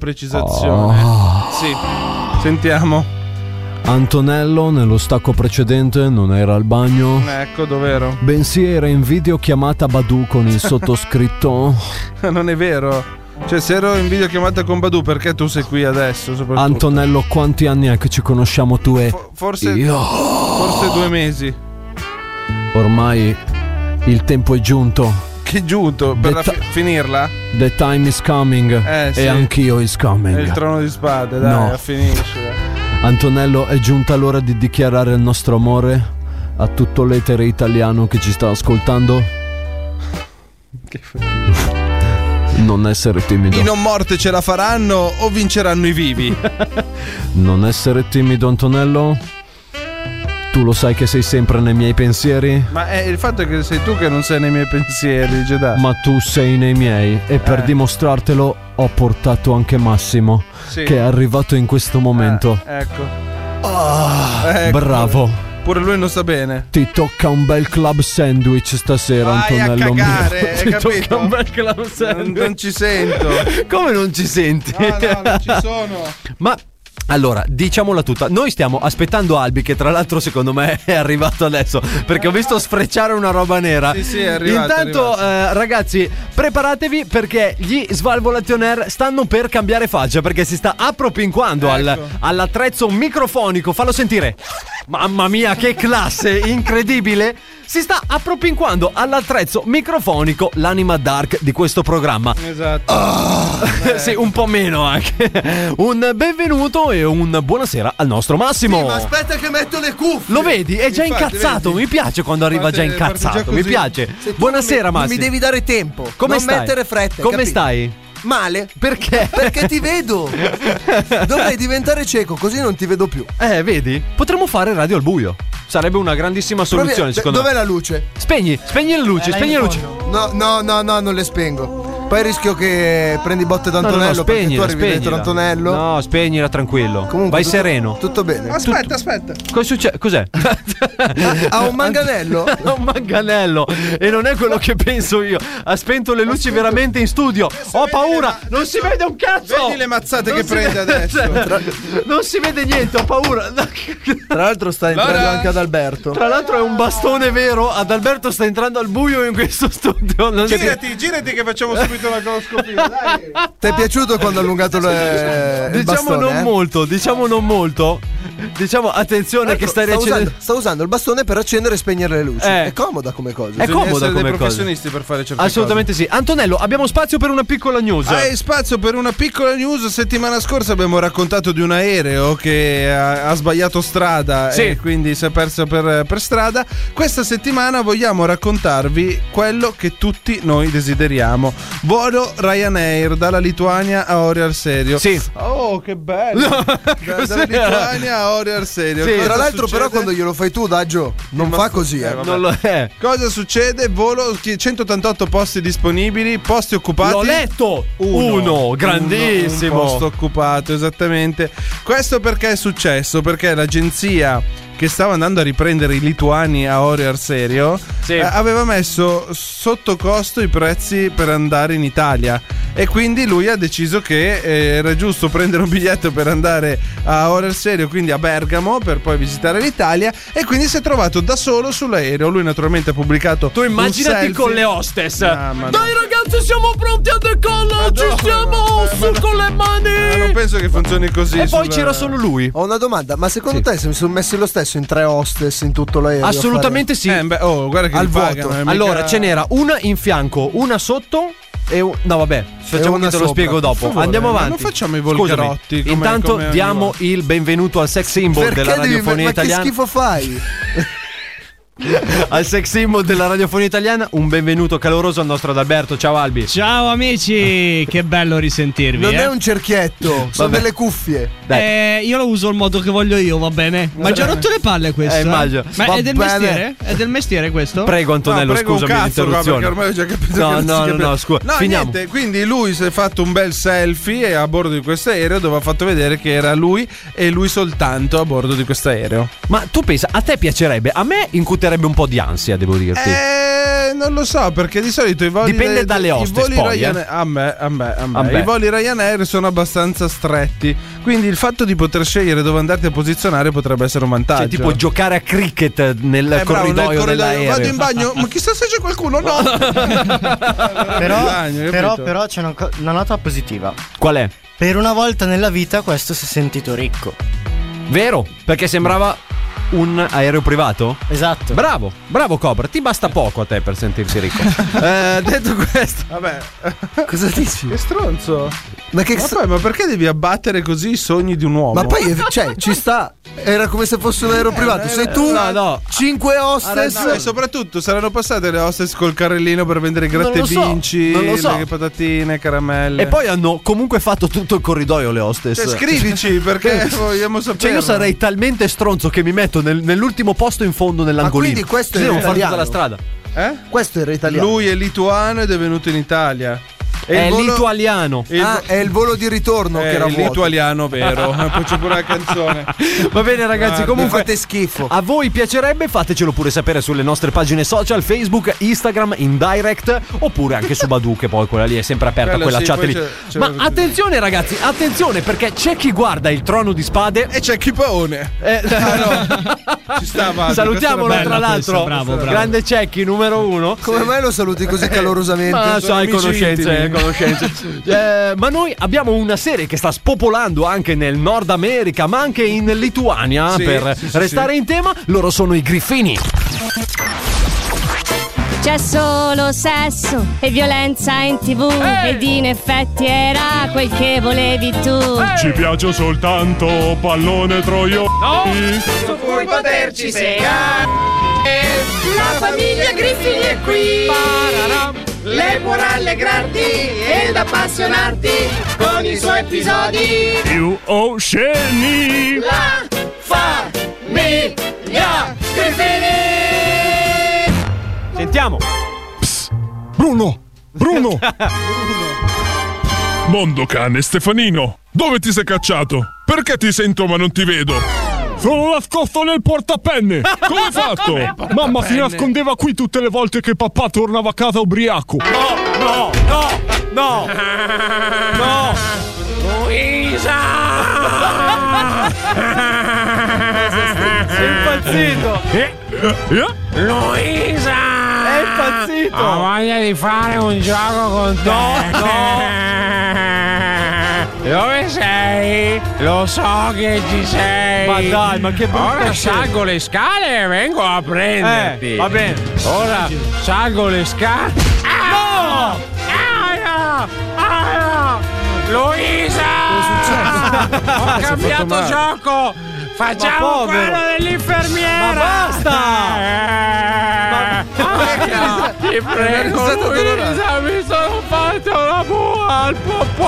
Sì. Sentiamo. Antonello nello stacco precedente non era al bagno. Ecco dov'ero. Bensì era in videochiamata Badoo con il sottoscritto. Non è vero. Cioè, se ero in videochiamata con Badoo, perché tu sei qui adesso? Antonello, quanti anni è che ci conosciamo tu e forse io? Forse 2 mesi. Ormai il tempo è giunto. Che è giunto? Per finirla? The time is coming. Sì. E anch'io is coming. È il trono di spade, dai, finisce. Antonello, è giunta l'ora di dichiarare il nostro amore a tutto l'etere italiano che ci sta ascoltando. Che Non essere timido. I non morti ce la faranno o vinceranno i vivi? Non essere timido, Antonello. Tu lo sai che sei sempre nei miei pensieri. Ma il fatto è che sei tu che non sei nei miei pensieri, Jedi. Ma tu sei nei miei. E per dimostrartelo ho portato anche Massimo, che è arrivato in questo momento. Ecco. Bravo. Pure lui non sta bene. Ti tocca un bel club sandwich stasera, Vai Antonello. Vai a cagare, hai capito? Tocca un bel club sandwich. Non ci sento. Come non ci senti? No, non ci sono. Ma allora, diciamola tutta, noi stiamo aspettando Albi, che tra l'altro secondo me è arrivato adesso, perché ho visto sfrecciare una roba nera. Sì, è arrivato. Intanto, ragazzi, preparatevi perché gli Svalvolati on air stanno per cambiare faccia, perché si sta appropinquando all'attrezzo microfonico. Fallo sentire. Mamma mia, che classe, incredibile. Si sta appropinquando all'attrezzo microfonico, l'anima dark di questo programma. Esatto. Sì, un po' meno anche. Un benvenuto e un buonasera al nostro Massimo. Sì, ma aspetta che metto le cuffie. Lo vedi? È già incazzato. Vedi? Mi piace quando arriva già incazzato. Mi piace. Buonasera, Massimo. Mi devi dare tempo. Come non stai? Mettere fretta. Come capito? stai? Male. Perché? Perché ti vedo. Dovrei diventare cieco, così non ti vedo più. Vedi? Potremmo fare radio al buio. Sarebbe una grandissima soluzione, secondo me. Dov'è la luce? Spegni le luci, spegni le luci. No, non le spengo. Poi rischio che prendi botte d'Antonello, perché tu arrivi dentro Antonello. No, spegnila tranquillo. Comunque, vai sereno. Tutto bene. Aspetta. Cosa succede? Cos'è? Ha un manganello. Ha un manganello. E non è quello che penso io. Ha spento le luci veramente in studio. Ho paura. Non si vede un cazzo. Vedi le mazzate che prende adesso. Non si vede niente, ho paura. Tra l'altro sta entrando anche ad Alberto. Tra l'altro è un bastone vero. Ad Alberto sta entrando al buio in questo studio. Girati che facciamo subito la coloscopia. Dai. Ti è piaciuto quando ha allungato il bastone? Diciamo non molto. Diciamo attenzione che stai accendendo. Sta usando il bastone per accendere e spegnere le luci. È comoda come cosa. È comoda come dei professionisti per fare certe Assolutamente cose. Sì. Antonello, abbiamo spazio per una piccola news. Hai spazio per una piccola news. Settimana scorsa abbiamo raccontato di un aereo che ha sbagliato strada e quindi si è perso per strada. Questa settimana vogliamo raccontarvi quello che tutti noi desideriamo. Volo Ryanair dalla Lituania a Orio al Serio. Sì. Oh, che bello. Dalla Lituania a Orio al Serio. Sì, tra l'altro però quando glielo fai tu, Daggio, non fa così. Non lo è. Cosa succede? Volo 188 posti disponibili, posti occupati. L'ho letto. Uno, grandissimo. Un posto occupato, esattamente. Questo perché è successo? Perché l'agenzia che stava andando a riprendere i lituani a Orio al Serio aveva messo sotto costo i prezzi per andare in Italia e quindi lui ha deciso che era giusto prendere un biglietto per andare a Orio al Serio, quindi a Bergamo, per poi visitare l'Italia, e quindi si è trovato da solo sull'aereo. Lui naturalmente ha pubblicato tu immaginati con le hostess. Dai ragazzi, siamo pronti a decollo, ci siamo su con le mani. Non penso che funzioni così. E poi c'era solo lui. Ho una domanda, ma secondo te se mi sono messi lo stesso in 3 hostess in tutto l'aereo? Assolutamente sì. Guarda che al pagano, vuoto. Allora ce n'era una in fianco, una sotto e no vabbè, facciamo che te lo spiego dopo. Andiamo avanti. Non facciamo i volgarotti. Intanto diamo il benvenuto al sex symbol della radiofonia italiana. Ma che schifo fai? Al sex symbol della radiofonia italiana, un benvenuto caloroso al nostro Adalberto. Ciao Albi. Ciao amici, che bello risentirvi. Non è un cerchietto, sono delle cuffie. Io lo uso il modo che voglio io, va bene? Ma già rotto le palle questo. Immagino. Ma è del mestiere? È del mestiere questo? Prego Antonello, prego, scusami l'interruzione. Perché ormai ho già capito. No, scusa. No, finiamo. Niente, quindi lui si è fatto un bel selfie a bordo di questo aereo dove ha fatto vedere che era lui e lui soltanto a bordo di questo aereo. Ma tu pensa, a te piacerebbe? A me incuterebbe un po' di ansia, devo dirti. Non lo so, perché di solito i voli dipende dalle hostess poi, Ryanair, a me. I voli Ryanair sono abbastanza stretti, quindi il fatto di poter scegliere dove andarti a posizionare potrebbe essere un vantaggio. Cioè tipo giocare a cricket nel corridoio dell'aereo. Vado in bagno, ma chissà se c'è qualcuno. No. Però c'è una nota positiva. Qual è? Per una volta nella vita questo si è sentito ricco. Vero? Perché sembrava un aereo privato? Esatto. Bravo Cobra, ti basta poco a te per sentirsi ricco. Detto questo, vabbè, cosa dici? Che stronzo. Ma ma perché devi abbattere così i sogni di un uomo? Ma poi ci sta. Era come se fosse un aereo privato. Sei tu, 5 hostess. E soprattutto saranno passate le hostess col carrellino per vendere gratta e vinci, le patatine, caramelle. E poi hanno comunque fatto tutto il corridoio le hostess. Cioè, scrivici perché vogliamo sapere. Cioè io sarei talmente stronzo che mi metto nell'ultimo posto in fondo nell'angolino. Ma quindi questo era italiano tutta la strada. Questo era italiano. Lui è lituano ed è venuto in Italia. È litualiano. È il volo di ritorno che era vuoto. Litualiano, vero. Poi c'è pure la canzone. Va bene ragazzi, comunque fate schifo. A voi piacerebbe? Fatecelo pure sapere sulle nostre pagine social, Facebook, Instagram, in direct, oppure anche su Badoo, che poi quella lì è sempre aperta, quella chat lì. Ma attenzione ragazzi, attenzione, perché c'è chi guarda il Trono di Spade e c'è chi paone. Ci stava. Salutiamolo tra l'altro. Bravo. Grande Cecchi numero 1. Come mai lo saluti così calorosamente? Ma sai, conoscenze. Ma noi abbiamo una serie che sta spopolando anche nel Nord America, ma anche in Lituania, per restare in tema. Loro sono i Griffini. C'è solo sesso e violenza in TV ed in effetti era quel che volevi tu. Ci piace soltanto pallone troio. No, su cui poterci segare. La famiglia Griffini è qui. Lei può rallegrarti ed appassionarti con i suoi episodi più osceni. La famiglia Griffini. Sentiamo. Psst, Bruno, Bruno! Mondo cane, Stefanino! Dove ti sei cacciato? Perché ti sento ma non ti vedo? Sono nascosto nel portapenne! Come hai fatto? Mamma si nascondeva qui tutte le volte che papà tornava a casa ubriaco. No! Luisa! Sei impazzito! Luisa! È impazzito! Ho voglia di fare un gioco con te! Dove sei? Lo so che ci sei! Ma dai, ma che brutta Ora scena. salgo le scale e vengo a prenderti! Va bene! Ora salgo le scale... No! Luisa! Ho cambiato gioco! Facciamo quello dell'infermiera! Ma basta! Ti prego, Luisa, mi sono fatto la bua al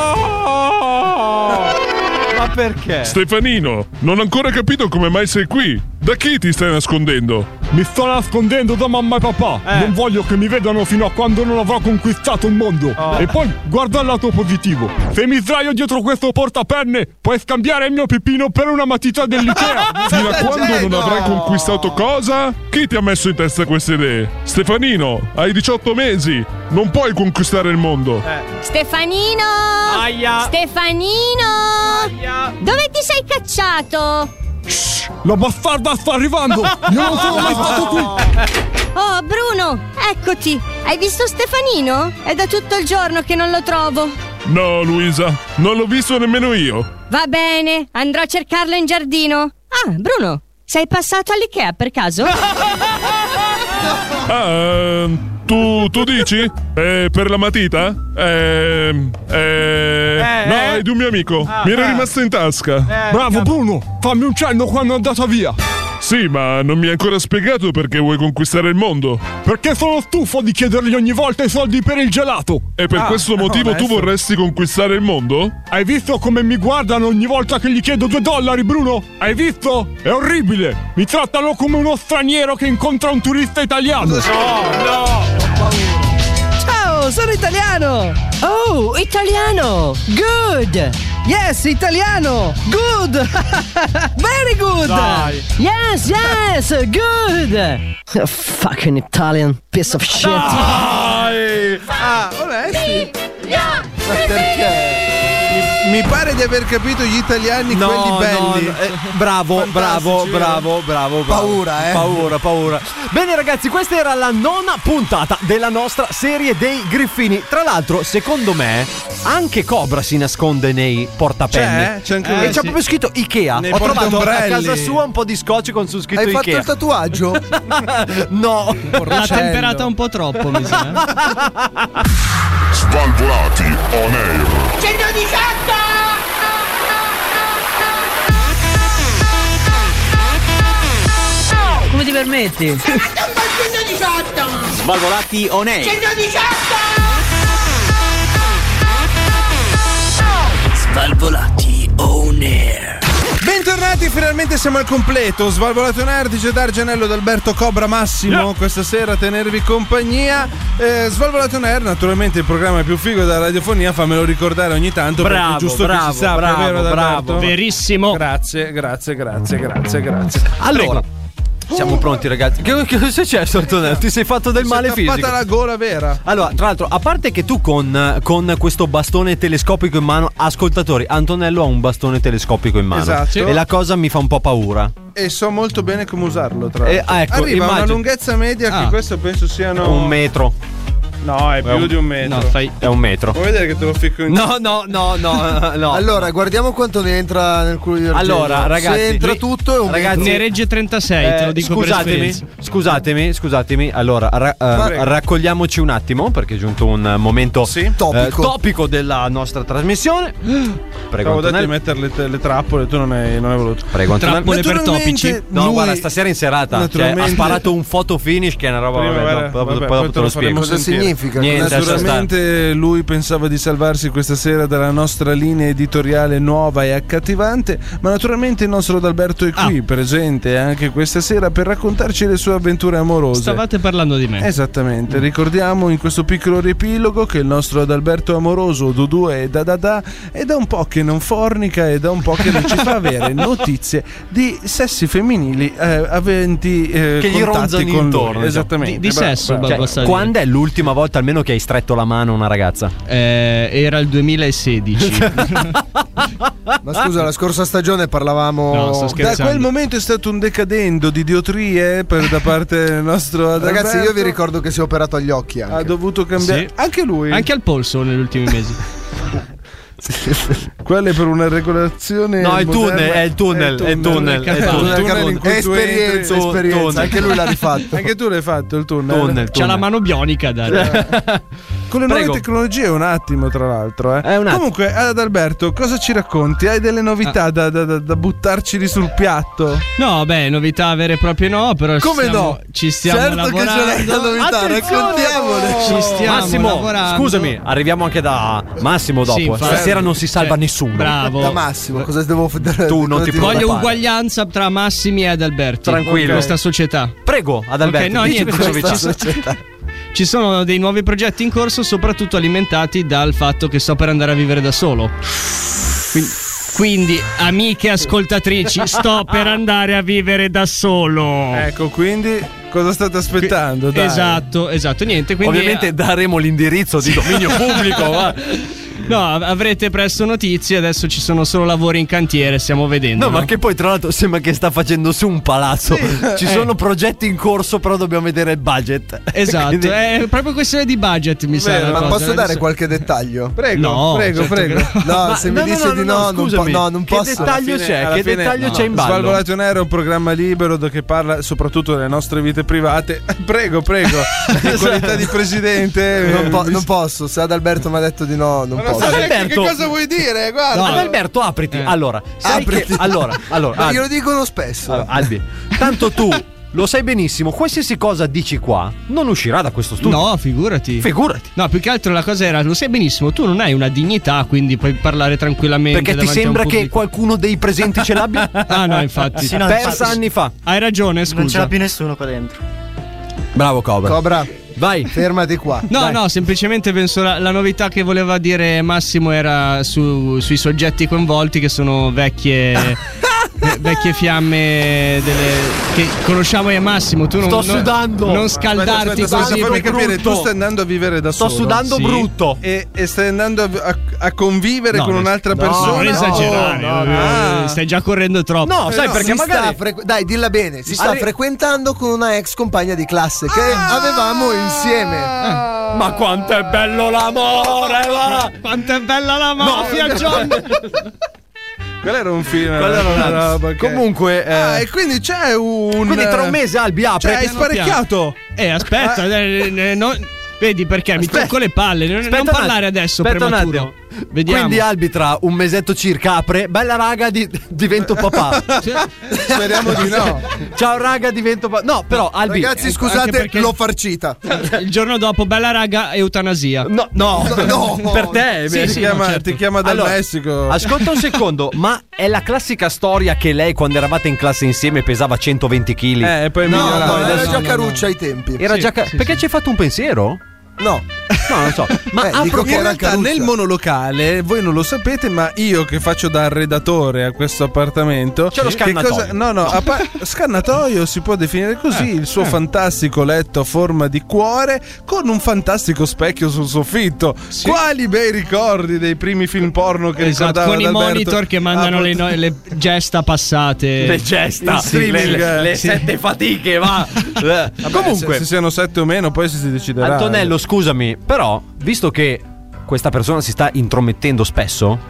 popò! Ma perché? Stefanino, non ho ancora capito come mai sei qui. Da chi ti stai nascondendo? Mi sto nascondendo da mamma e papà. Non voglio che mi vedano fino a quando non avrò conquistato il mondo. E poi guarda il lato positivo. Se mi sdraio dietro questo portapenne, puoi scambiare il mio pipino per una matita dell'Ikea. Fino a quando non avrai conquistato cosa? Chi ti ha messo in testa queste idee? Stefanino, hai 18 mesi. Non puoi conquistare il mondo. Stefanino! Aia! Stefanino! Aia! Dove ti sei cacciato? La bastarda sta arrivando! Io non sono mai stato qui! Oh, Bruno, eccoti! Hai visto Stefanino? È da tutto il giorno che non lo trovo. No, Luisa, non l'ho visto nemmeno io. Va bene, andrò a cercarlo in giardino. Ah, Bruno, sei passato all'Ikea per caso? Tu dici? Per la matita? No, è di un mio amico. Mi era rimasto in tasca. Bravo Bruno, fammi un cenno quando è andata via. Sì, ma non mi hai ancora spiegato perché vuoi conquistare il mondo. Perché sono stufo di chiedergli ogni volta i soldi per il gelato. E per questo motivo tu vorresti conquistare il mondo? Hai visto come mi guardano ogni volta che gli chiedo $2, Bruno? Hai visto? È orribile. Mi trattano come uno straniero che incontra un turista italiano. No! Ciao, sono italiano! Oh, italiano! Good! Yes, italiano! Good! Very good! Dai. Yes, good! Fucking Italian piece of shit! Dai! Onesti! Ma perché? Mi pare di aver capito gli italiani, quelli belli. Bravo. Paura, Paura. Bene ragazzi, questa era la 9ª puntata della nostra serie dei Griffini. Tra l'altro, secondo me, anche Cobra si nasconde nei portapenni. C'è anche e c'è proprio scritto Ikea. Nei Ho trovato portaombrelli. a casa sua un po' di scotch con su scritto Hai Ikea. fatto il tatuaggio? No. L'ha temperata un po' troppo, mi sa. Svalvolati on air. 118! Come ti permetti? Sarà un po' 118! Svalvolati on air. 118! Svalvolati on air. Bentornati, finalmente siamo al completo. Svalvolato on air, DJ D'Argenello, d'Alberto Cobra Massimo questa sera a tenervi compagnia. Svalvolato on air, naturalmente il programma più figo della radiofonia, fammelo ricordare ogni tanto, perché è giusto che si sappia, vero D'Alberto? Verissimo. Grazie. Allora, siamo pronti ragazzi. Che è successo Antonello? Ti sei fatto del male fisico? Si è tappata la gola vera. Allora, tra l'altro, a parte che tu con questo bastone telescopico in mano, ascoltatori, Antonello ha un bastone telescopico in mano. Esatto. E la cosa mi fa un po' paura. E so molto bene come usarlo, tra l'altro. Ecco, arriva a una lunghezza media che questo penso siano 1 metro. No, è più di 1 metro. No, è 1 metro. Vuoi vedere che te lo ficco in No. Allora, guardiamo quanto ne entra nel culo di Argenio. Allora, ragazzi, se entra tutto è un ragazzi, ne regge 36, te lo dico per esperienza. Scusatemi. Allora, raccogliamoci un attimo perché è giunto un momento topico della nostra trasmissione. Prego, Stavo detto di mettere le trappole, tu non hai voluto. Prego, Trappole per topici. No, guarda, stasera in serata ha sparato un photo finish che è una roba. Poi te lo spiego. Cosa significa? significa? Niente, naturalmente lui pensava di salvarsi questa sera dalla nostra linea editoriale nuova e accattivante, ma naturalmente il nostro Adalberto è qui, presente anche questa sera per raccontarci le sue avventure amorose. Stavate parlando di me. Esattamente, ricordiamo in questo piccolo riepilogo che il nostro Adalberto amoroso Dudu è da un po' che non fornica e da un po' che non ci fa avere notizie di sessi femminili aventi che gli ronzano con intorno. Lui. Esattamente. Di sesso, cioè, quando è l'ultima volta almeno che hai stretto la mano a una ragazza? Era il 2016. Ma scusa, la scorsa stagione parlavamo. No, sto Da scherzando. quel momento è stato un decadendo di diotrie da parte del nostro Adalberto. Ragazzi, io vi ricordo che si è operato agli occhi anche. Ha dovuto cambiare. Sì. Anche lui. Anche al polso negli ultimi mesi. Quelle per una regolazione. No, è il moderna. tunnel. Esperienza. Anche lui l'ha rifatto. Anche tu l'hai fatto il tunnel. C'ha la mano bionica, dai. Con le nuove tecnologie un attimo, tra l'altro. Comunque, Adalberto, cosa ci racconti? Hai delle novità da buttarci lì sul piatto? No, beh, novità vere e proprie no, però come no? Ci stiamo certo lavorando. Che ce l'hai la novità, raccontiamole. Ci stiamo Massimo, lavorando. scusami, arriviamo anche da Massimo dopo. Sì, infatti. Stasera non si salva nessuno. Bravo. Da Massimo, cosa devo fare? Tu non ti Voglio preoccupare. uguaglianza tra Massimi e Adalberto. Tranquillo. In questa società. Prego, Adalberto. Ok, no, dici niente, cosa dici. Ci sono dei nuovi progetti in corso, soprattutto alimentati dal fatto che sto per andare a vivere da solo. Quindi, amiche ascoltatrici, sto per andare a vivere da solo. Ecco, quindi cosa state aspettando? Dai. Esatto, niente. Quindi, Ovviamente daremo l'indirizzo di dominio pubblico. Va. No, avrete presto notizie. Adesso ci sono solo lavori in cantiere, stiamo vedendo. No, ma che poi tra l'altro sembra che sta facendo su un palazzo. Sì. Ci sono progetti in corso, però dobbiamo vedere il budget. Esatto, Quindi... è proprio questione di budget, mi sa. Ma posso dare qualche dettaglio? Prego, No, prego. No, se mi dice di no, non posso. Che dettaglio c'è? Che dettaglio c'è in ballo? Svalvolato on Air è un programma libero che parla soprattutto delle nostre vite private. Prego. In qualità di presidente. Non posso. Se Adalberto mi ha detto di no, non posso. Che cosa vuoi dire? Guarda. Adalberto, apriti. Allora, apriti. Allora, ma glielo dicono spesso. Albi, tanto tu lo sai benissimo, qualsiasi cosa dici qua non uscirà da questo studio. No, figurati. No, più che altro la cosa era, lo sai benissimo, tu non hai una dignità, quindi puoi parlare tranquillamente. Perché ti sembra che qualcuno dei presenti ce l'abbia? Ah no, infatti. Sì, no, persa anni fa. Hai ragione, scusa. Non ce l'ha più nessuno qua dentro. Bravo Cobra. Vai, fermati qua. No, semplicemente penso la novità che voleva dire Massimo era sui soggetti coinvolti, che sono vecchie fiamme che conosciamo io e Massimo. Tu sto sudando. Non scaldarti così. Fammi capire, tu stai andando a vivere da solo. Sto sudando brutto. E stai andando a convivere con un'altra persona. Non esagerare. Stai già correndo troppo. No, sai perché magari dai, dilla bene. Si sta frequentando con una ex compagna di classe che avevamo insieme. Ma quanto è bello l'amore, va! Quanto è bella la mafia, John! Quello era un film. Quella era una roba. Comunque, e quindi c'è un. Quindi tra un mese Albi apre. Cioè, hai sparecchiato. Aspetta, vedi perché mi tocco le palle. Non parlare adesso, prematuro. Vediamo. Quindi Albi tra un mesetto circa apre. Bella raga, divento papà. Speriamo di no. Ciao raga, divento papà. No, però Albi, ragazzi, scusate, l'ho farcita. Il giorno dopo, bella raga, eutanasia. No. Per te. Ti chiama dal Messico. Ascolta un secondo. Ma è la classica storia che lei quando eravate in classe insieme pesava 120 kg? E poi era già caruccia ai tempi. Perché ci hai fatto un pensiero? No, non so. Ma dico che in era realtà caruccia. nel monolocale, voi non lo sapete, ma io che faccio da arredatore a questo appartamento, c'è lo scannatoio. Scannatoio si può definire così, il suo fantastico letto a forma di cuore con un fantastico specchio sul soffitto. Sì. Quali bei ricordi dei primi film porno che ricordava con Adalberto. I monitor che mandano le gesta passate. Le gesta, le 7 fatiche, va. Comunque, se siano 7 o meno, poi si deciderà. Antonello, scusami, però, visto che questa persona si sta intromettendo spesso.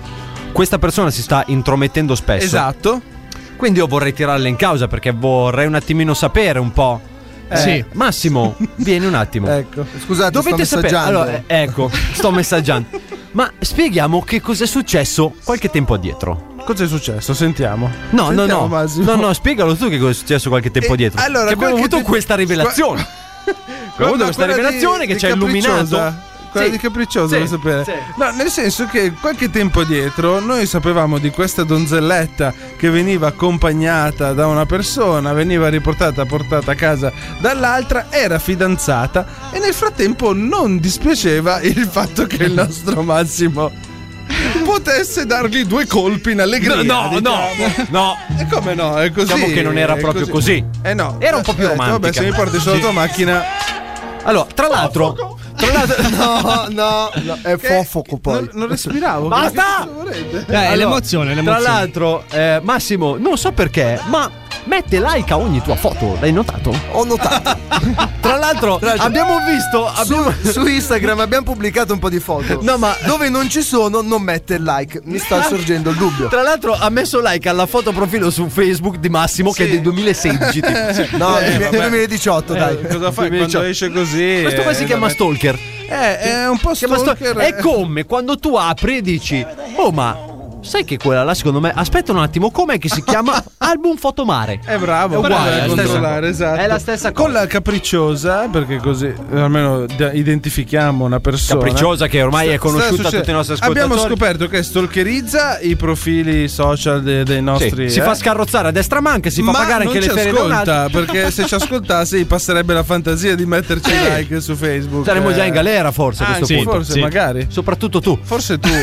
Esatto. Quindi io vorrei tirarla in causa perché vorrei un attimino sapere un po'. Sì. Massimo, vieni un attimo. Ecco. Scusate, dovete sto sapere. messaggiando. Allora, ecco, sto messaggiando. Ma spieghiamo che cos'è successo qualche tempo addietro. Cos'è successo? Sentiamo. No, Massimo. no, spiegalo tu che cosa è successo qualche tempo addietro. Allora, che abbiamo avuto questa rivelazione. Ho avuto questa rivelazione che c'è illuminato. Quella di Capriccioso, vuoi sapere? Sì. No, nel senso che qualche tempo dietro noi sapevamo di questa donzelletta che veniva accompagnata da una persona, veniva portata a casa dall'altra, era fidanzata e nel frattempo non dispiaceva il fatto che il nostro Massimo potesse dargli 2 colpi in allegria. No. E come no? È così. Diciamo che non era proprio così. No. Era un po' più romantica. Vabbè, se mi porti sulla tua macchina. Allora, tra l'altro, no, è fofoco poi. Non respiravo. Basta! È l'emozione. Tra l'altro, Massimo, non so perché, ma mette like a ogni tua foto. L'hai notato? Ho notato. Tra l'altro, abbiamo visto su Instagram abbiamo pubblicato un po' di foto. No, ma dove non ci sono non mette il like. Mi sta sorgendo il dubbio. Tra l'altro ha messo like alla foto profilo su Facebook di Massimo che è del 2016 tipo. No, del 2018, dai. Cosa fai quando esce così? Questo qua si chiama stalker. È un po' stalker. È come quando tu apri e dici: "Oh, ma sai che quella là secondo me, aspetta un attimo, com'è che si chiama? Album Fotomare". È bravo, è uguale, controllare, esatto. È la stessa cosa. Con la Capricciosa, perché così almeno identifichiamo una persona. Capricciosa che ormai è conosciuta a tutti i nostri ascoltatori. Abbiamo scoperto che stalkerizza i profili social dei nostri. Si fa scarrozzare a destra manca, si fa pagare anche le ferie ascolta, perché se ci ascoltasse gli passerebbe la fantasia di metterci like su Facebook. Saremmo già in galera forse a questo punto. Forse, magari. Soprattutto tu. Forse tu.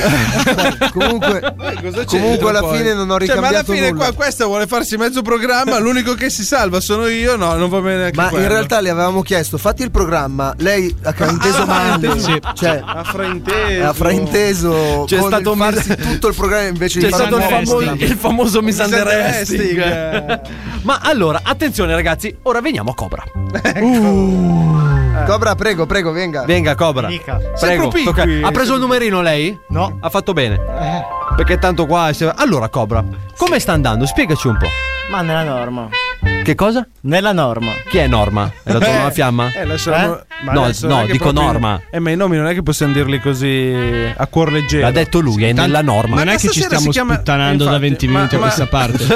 Comunque alla fine non ho ricambiato ma alla fine nulla. Questa vuole farsi mezzo programma. L'unico che si salva sono io. No, non va bene neanche ma quello. In realtà le avevamo chiesto: fatti il programma. Lei ha inteso male. Sì. Cioè, ha frainteso. C'è stato farsi tutto il programma invece c'è di stato il famoso misunderstanding. Ma allora, attenzione ragazzi, ora veniamo a Cobra. Cobra, prego, venga. Venga, Cobra. Prego. Ha preso il numerino lei? No. Ha fatto bene. Perché tanto qua. Allora, Cobra, come sta andando? Spiegaci un po'. Ma nella norma. Che cosa? Nella norma. Chi è Norma? È la tua nuova fiamma? No, dico Norma. Ma i nomi non è che possiamo dirli così a cuor leggero. L'ha detto lui, è nella norma. Non è che ci stiamo sputtanando da 20 minuti a questa parte.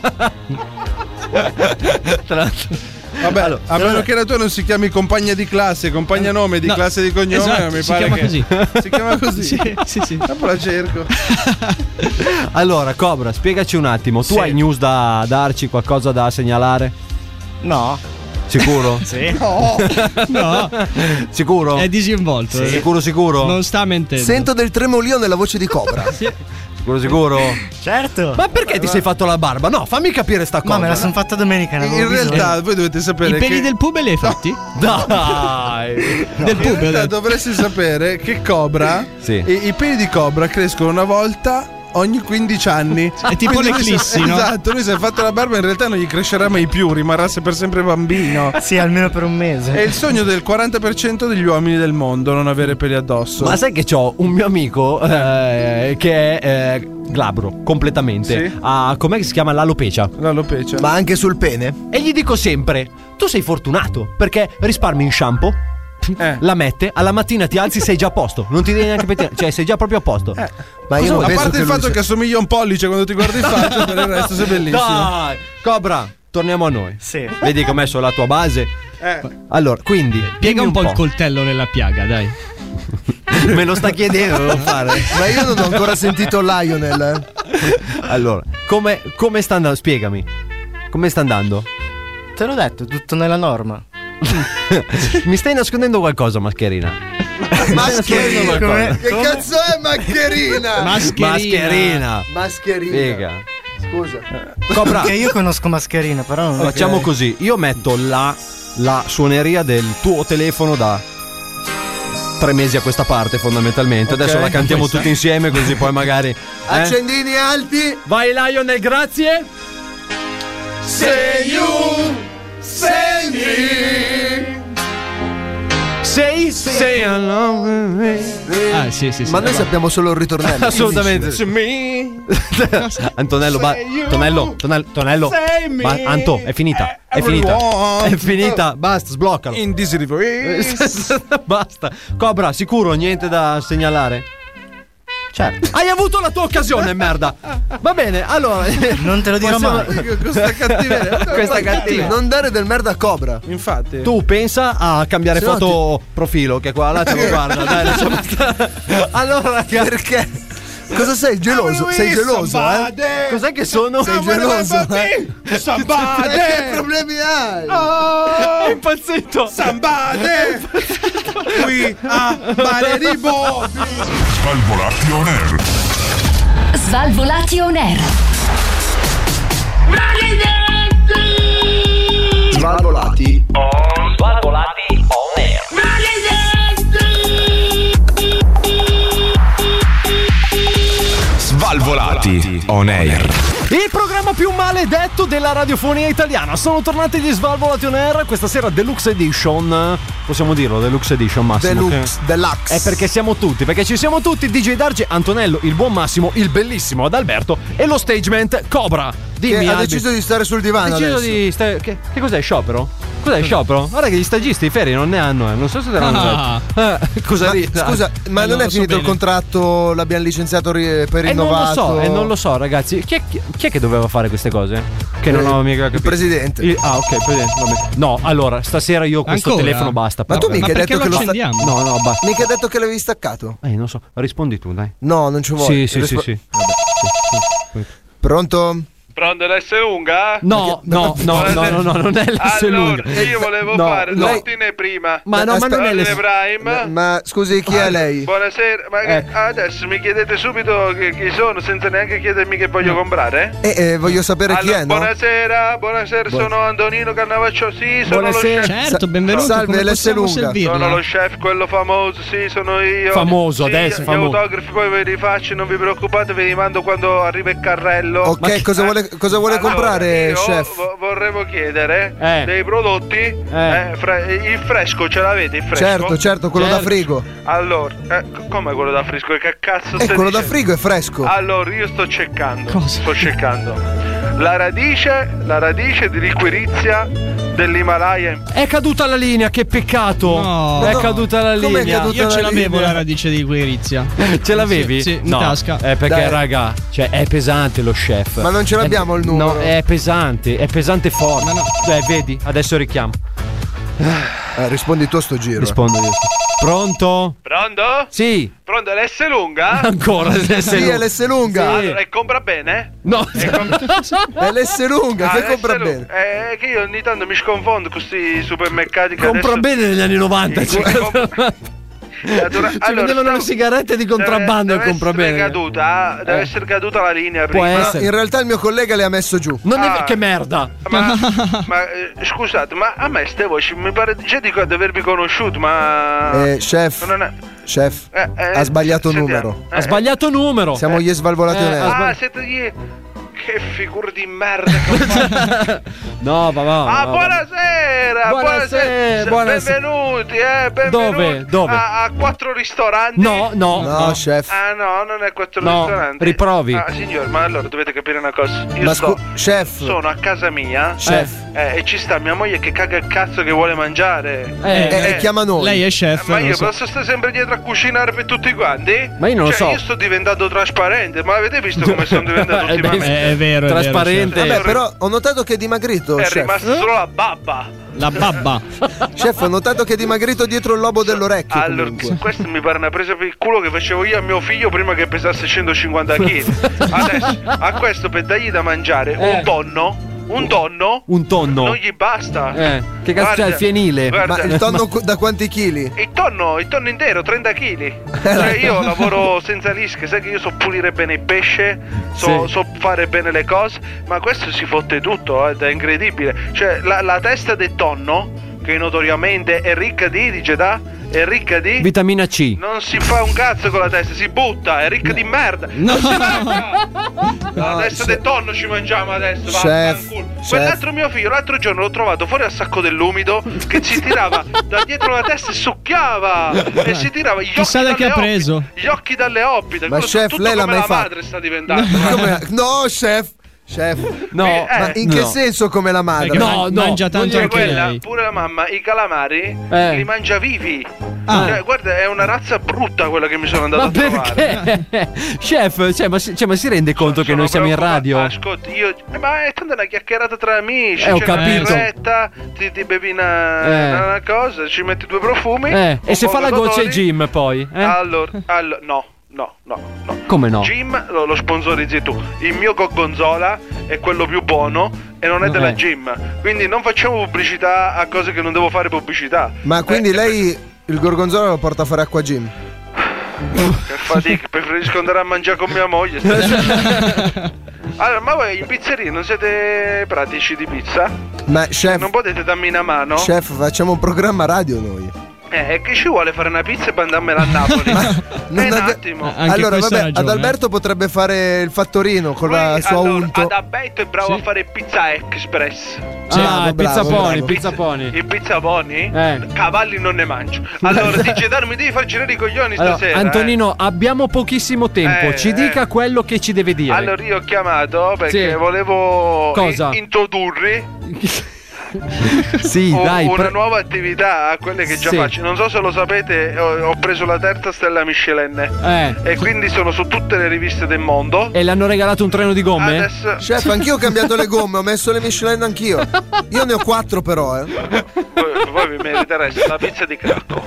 Vabbè, allora, a meno che la tua non si chiami compagna di classe, compagna nome di classe di cognome, esatto, mi pare che così. Si chiama così. Sì. Dopo la cerco. Allora, Cobra, spiegaci un attimo. Tu hai news da darci, qualcosa da segnalare? No. Sicuro? Sì. No. Sicuro? È disinvolto. Sì. Sicuro? Non sta mentendo. Sento del tremolio nella voce di Cobra. Sì. Sicuro? Certo. Ma perché ti sei fatto la barba? No, fammi capire sta cosa. Ma me la sono fatta domenica. In realtà voi dovete sapere i peli del pube li hai fatti? Dai. Del pube. In realtà dovresti sapere che Cobra i peli di Cobra crescono una volta ogni 15 anni. È tipo l'eclissi, no? Esatto, lui si è fatto la barba, in realtà non gli crescerà mai più, rimarrà per sempre bambino. Sì, almeno per un mese. È il sogno del 40% degli uomini del mondo non avere peli addosso. Ma sai che c'ho un mio amico che è glabro completamente. Sì? Com'è che si chiama? L'alopecia. Ma anche sul pene? E gli dico sempre: tu sei fortunato perché risparmi in shampoo. La mette, alla mattina ti alzi, sei già a posto. Non ti devi neanche pettinare, cioè sei già proprio a posto. Ma io a parte il fatto che assomiglia a un pollice quando ti guardi in faccia, per il resto sei bellissimo. Dai, Cobra, torniamo a noi. Sì. Vedi che ho messo la tua base. Allora, quindi piega un po' il coltello nella piaga, dai. Me lo sta chiedendo, devo fare. Ma io non ho ancora sentito Lionel. Allora, come sta andando? Spiegami. Come sta andando? Te l'ho detto, tutto nella norma. Mi stai nascondendo qualcosa, mascherina? Mascherina. Che cazzo è mascherina? Mascherina. Mascherina. Scusa. Cobra. Che io conosco mascherina, però non facciamo così. Io metto la suoneria del tuo telefono da 3 mesi a questa parte, fondamentalmente. Adesso la cantiamo tutti insieme, così poi magari accendini alti. Vai Lionel, grazie. Say you, say me. Say along. Sì. Ma noi sappiamo solo il ritornello. Assolutamente. Antonello, Tonello. Anto, è finita. È finita. Basta, sbloccalo. In this Basta. Cobra, sicuro, niente da segnalare? Certo. Hai avuto la tua occasione, merda. Va bene, allora. Non te lo dirò mai. Questa cattiveria. Questa cattiveria. Non dare del merda a Cobra. Infatti. Tu pensa a cambiare Se no foto profilo, che qua là te lo guarda. Dai, lasciamo stare. Allora, ragazzi. Perché? Cosa sei geloso? Sei geloso, Cos'è che sono? Sei geloso, Somebody! Che problemi hai? È impazzito. Somebody! Qui a Valeri Bobby! Svalvolati on air. Svalvolati on air. Svalvolati. Svalvolati on air. Svalvolati on air. Il programma più maledetto della radiofonia italiana. Sono tornati gli Svalvolati on air. Questa sera Deluxe Edition. Possiamo dirlo, Deluxe Edition, Massimo. Deluxe. È perché siamo tutti, perché ci siamo tutti. DJ Darge, Antonello, il buon Massimo, il bellissimo Adalberto e lo stagement Cobra. Dimmi, Che ha Albi. deciso di stare sul divano adesso. Che cos'è, sciopero? Cos'è sciopero? Guarda che gli stagisti i ferie non ne hanno, Non so se te l'hanno detto. Cosa Scusa, ma non è finito il contratto? L'abbiamo licenziato per rinnovato? Non lo so, ragazzi. Chi è che doveva fare queste cose? Che non ho mica capito. Il presidente. Ok, presidente. Vabbè. No, allora, stasera io questo Ancora? telefono basta. Ma tu mica hai detto che lo accendiamo? No, basta. Mica hai detto che l'avevi staccato? Non so, rispondi tu, dai. No, non ci vuoi. Sì. Vabbè, sì. Pronto? Pronto l'S lunga? No, non è l'S lunga. Allora, io volevo fare l'ordine prima. Ma non è l'S Prime. Ma scusi, chi è lei? Buonasera, ma adesso mi chiedete subito chi sono senza neanche chiedermi che voglio comprare? Voglio sapere chi è, no? Buonasera, sono Antonino Cannavaccio, sì, sono lo chef. Certo, benvenuto. Salve, l'S lunga. Sono lo chef, quello famoso, sì, sono io. Famoso, sì, adesso gli famoso. autografi poi ve li faccio, non vi preoccupate, ve li mando quando arriva il carrello. Ok, cosa vuole comprare, io chef? Vorremmo chiedere dei prodotti. Il fresco ce l'avete? Il fresco? Certo, quello da frigo. Allora, come quello da fresco? Che cazzo stai quello da dicendo? frigo è fresco. Allora, io sto cercando. La radice di liquirizia dell'Himalaya. È caduta la linea, che peccato. No. È caduta la Com'è linea. caduta Io ce la l'avevo linea? la radice di guerizia. Ce l'avevi? Sì, in no, tasca. È perché, Dai. raga, cioè è pesante lo chef. Ma non ce l'abbiamo il numero. No, è pesante forte. Ma no. Vedi, adesso richiamo. Rispondi tu a sto giro. Rispondo io. Pronto? Pronto? Sì. Pronto, è l'S lunga? Ancora l'S Sì, è l'S lunga. Allora, e compra bene? No. È l'S lunga, che l'S compra lunga. bene. È che io ogni tanto mi sconfondo con questi supermercati che Compra adesso... bene negli anni 90. Ci vendevano le sigarette di contrabbando e compra bene. Deve essere caduta la linea Può prima. essere. In realtà il mio collega le ha messo giù. Non è che merda. Ma scusate, ma a me ste voci mi pare già di avervi conosciuto, ma Chef, non è... chef, ha sbagliato sentiamo. numero. Ha sbagliato numero. Siamo gli Svalvolati on air. Siete gli... Che figure di merda che ho fatto. No, va. Buonasera. Benvenuti, benvenuti. Dove? A 4 ristoranti. No, chef. Ah no, non è 4 No, ristoranti. riprovi. Signor, ma allora dovete capire una cosa. Io chef. sono a casa mia. Chef. E ci sta mia moglie che caga il cazzo che vuole mangiare. Chiama noi. Lei è chef. Ma io posso stare sempre dietro a cucinare per tutti quanti? Ma io non lo so. Io sto diventando trasparente. Ma avete visto come sono diventato ultimamente? È vero. Trasparente. Vabbè, però ho notato che è dimagrito. È chef. rimasta solo la babba. La babba. Chef, ho notato che è dimagrito dietro il lobo dell'orecchio. Allora, comunque. questo mi pare una presa per il culo che facevo io a mio figlio prima che pesasse 150 kg. Adesso a questo per dargli da mangiare un tonno. Un tonno non gli basta. Che cazzo c'è il fienile? Guarda. Ma il tonno da quanti chili? Il tonno intero, 30 kg. Cioè io lavoro senza lische, sai che io so pulire bene il pesce, so fare bene le cose, ma questo si fotte tutto, è incredibile. Cioè la testa del tonno, che notoriamente è ricca di è ricca di vitamina C. Non si fa un cazzo con la testa, si butta, è ricca di merda. Non si mangia. La testa del tonno ci mangiamo adesso. Chef. Quell'altro mio figlio l'altro giorno l'ho trovato fuori al sacco dell'umido che si tirava da dietro la testa e succhiava. E si tirava gli occhi dalle che ha preso. Gli occhi dalle obbite. Ma chef, lei l'ha mai la fatto? madre sta diventando. No, chef. Chef, no, ma in che senso come la madre? No, mangia tanto anche quella, lei. pure la mamma, i calamari li mangia vivi. Cioè, guarda, è una razza brutta quella che mi sono andato a trovare. Chef, ma si rende conto che noi siamo in radio? Ascolti, ma è tanta una chiacchierata tra amici. Ho c'è capito. una birretta, ti bevi una cosa, ci metti 2 profumi. E se fa la goccia ai Jim poi? Allora, no. Come no? Jim lo sponsorizzi tu. Il mio Gorgonzola è quello più buono e non è della Jim. Quindi non facciamo pubblicità a cose che non devo fare pubblicità. Ma quindi lei il gorgonzola lo porta a fare acqua Jim? Che fatica, preferisco andare a mangiare con mia moglie. Allora, ma voi in pizzeria non siete pratici di pizza? Ma chef, non potete darmi una mano? Chef, facciamo un programma radio noi. Che ci vuole fare una pizza e poi andarmela a Napoli? Un attimo. Allora, vabbè, ad Alberto potrebbe fare il fattorino con la sua unto. Ad Alberto è bravo a fare pizza express. Il pizza pony. Il pizza pony? Cavalli non ne mangio. Allora, Digedar, mi devi far girare i coglioni stasera. Antonino, abbiamo pochissimo tempo. Ci dica quello che ci deve dire. Allora, io ho chiamato perché volevo introdurre sì, dai, una nuova attività a quelle che già faccio. Non so se lo sapete, ho preso la 3ª stella Michelin e quindi sono su tutte le riviste del mondo. E le hanno regalato un treno di gomme? Adesso... Chef, anch'io ho cambiato le gomme, ho messo le Michelin anch'io. Io ne ho 4 però, Voi vi meritereste la pizza di Cracco.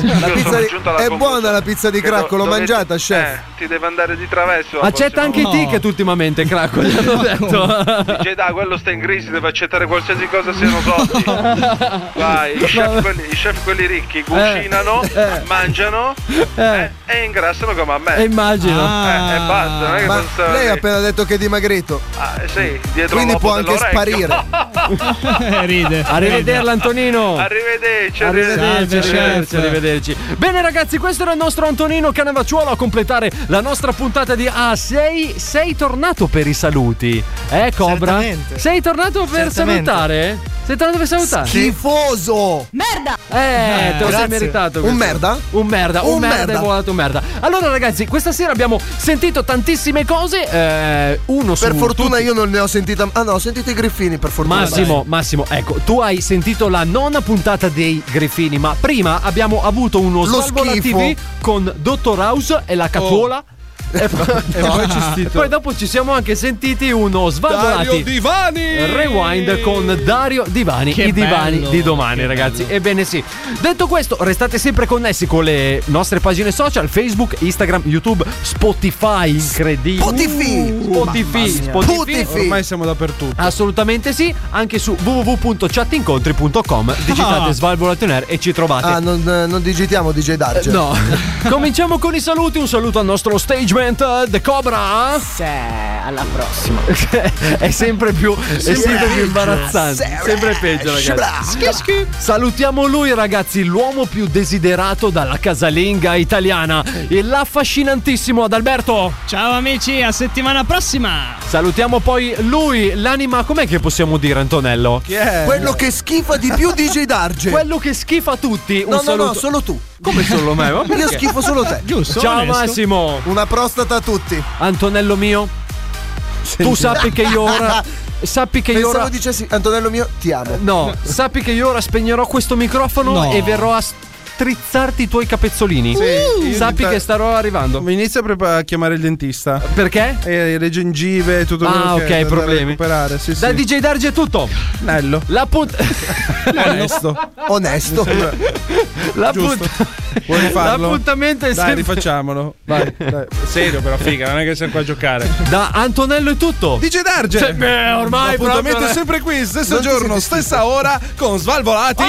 È buona la pizza di Cracco, l'ho mangiata, chef. Ti deve andare di traverso. Accetta anche i ticket ultimamente, Cracco, gli hanno detto. Dice, quello sta in crisi, deve accettare qualsiasi cosa siano soldi. Vai, i chef quelli ricchi cucinano, mangiano e ingrassano come a me. Immagino. E basta, non è che Ma lei ha appena detto che è dimagrito. Sì, dietro quindi può anche sparire. Ride. Arrivederla, Antonino. Arrivederci. Bene ragazzi, questo era il nostro Antonino Cannavacciuolo a completare la nostra puntata di sei tornato per i saluti. Cobra? Certamente. Sei tornato per salutare? Sei tornato per salutare? Schifoso! Merda! Te lo sei meritato questo. Un merda? Un merda hai volato un merda. Allora ragazzi, questa sera abbiamo sentito tantissime cose. Uno su Per fortuna tutti. io non ne ho sentita. Ah no, ho sentito i Griffini per fortuna. Massimo, ecco, tu hai sentito la 9ª puntata dei Griffini, ma prima abbiamo avuto uno Svalvola TV con Dottor House e la Catuola. E poi dopo ci siamo anche sentiti uno Svalvolati Dario Divani Rewind con Dario Divani. Che i divani bello, di domani, ragazzi. Ebbene sì. Detto questo, restate sempre connessi con le nostre pagine social: Facebook, Instagram, YouTube, Spotify. Incredibile. Spotify. Ormai siamo dappertutto. Assolutamente sì. Anche su www.chatincontri.com digitate Svalvolati On Air e ci trovate. Non digitiamo DJ Darge. No. Cominciamo con i saluti. Un saluto al nostro stage The Cobra. Alla prossima. È sempre più imbarazzante. Sempre peggio, ragazzi. Salutiamo lui, ragazzi, l'uomo più desiderato dalla casalinga italiana, l'affascinantissimo Adalberto. Ciao amici, a settimana prossima. Salutiamo poi lui, l'anima, com'è che possiamo dire, Antonello? Chi è? Quello che schifa di più DJ Darge. Quello che schifa tutti. No, solo tu. Come solo me? Io schifo solo te. Giusto. Ciao onesto. Massimo. Una prostata a tutti. Antonello mio, tu sappi che io ora Pensavo dicessi Antonello mio, ti amo. No, sappi che io ora spegnerò questo microfono e verrò a strizzarti i tuoi capezzolini. Sappi che starò arrivando. Mi inizia a chiamare il dentista. Perché? Le gengive e tutto quello che ok, problemi. recuperare. Sì, Da DJ Darge è tutto. Nello. Onesto. Vuoi farlo? L'appuntamento è Dai, rifacciamolo. Vai. Dai. Serio però, figa, non è che siamo qua a giocare. Da Antonello è tutto. DJ Darge. Ormai l'appuntamento è sempre qui, stesso giorno, stessa ora con Svalvolati.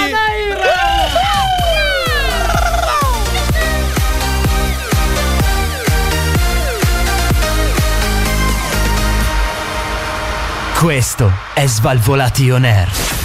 Questo è Svalvolati On Air.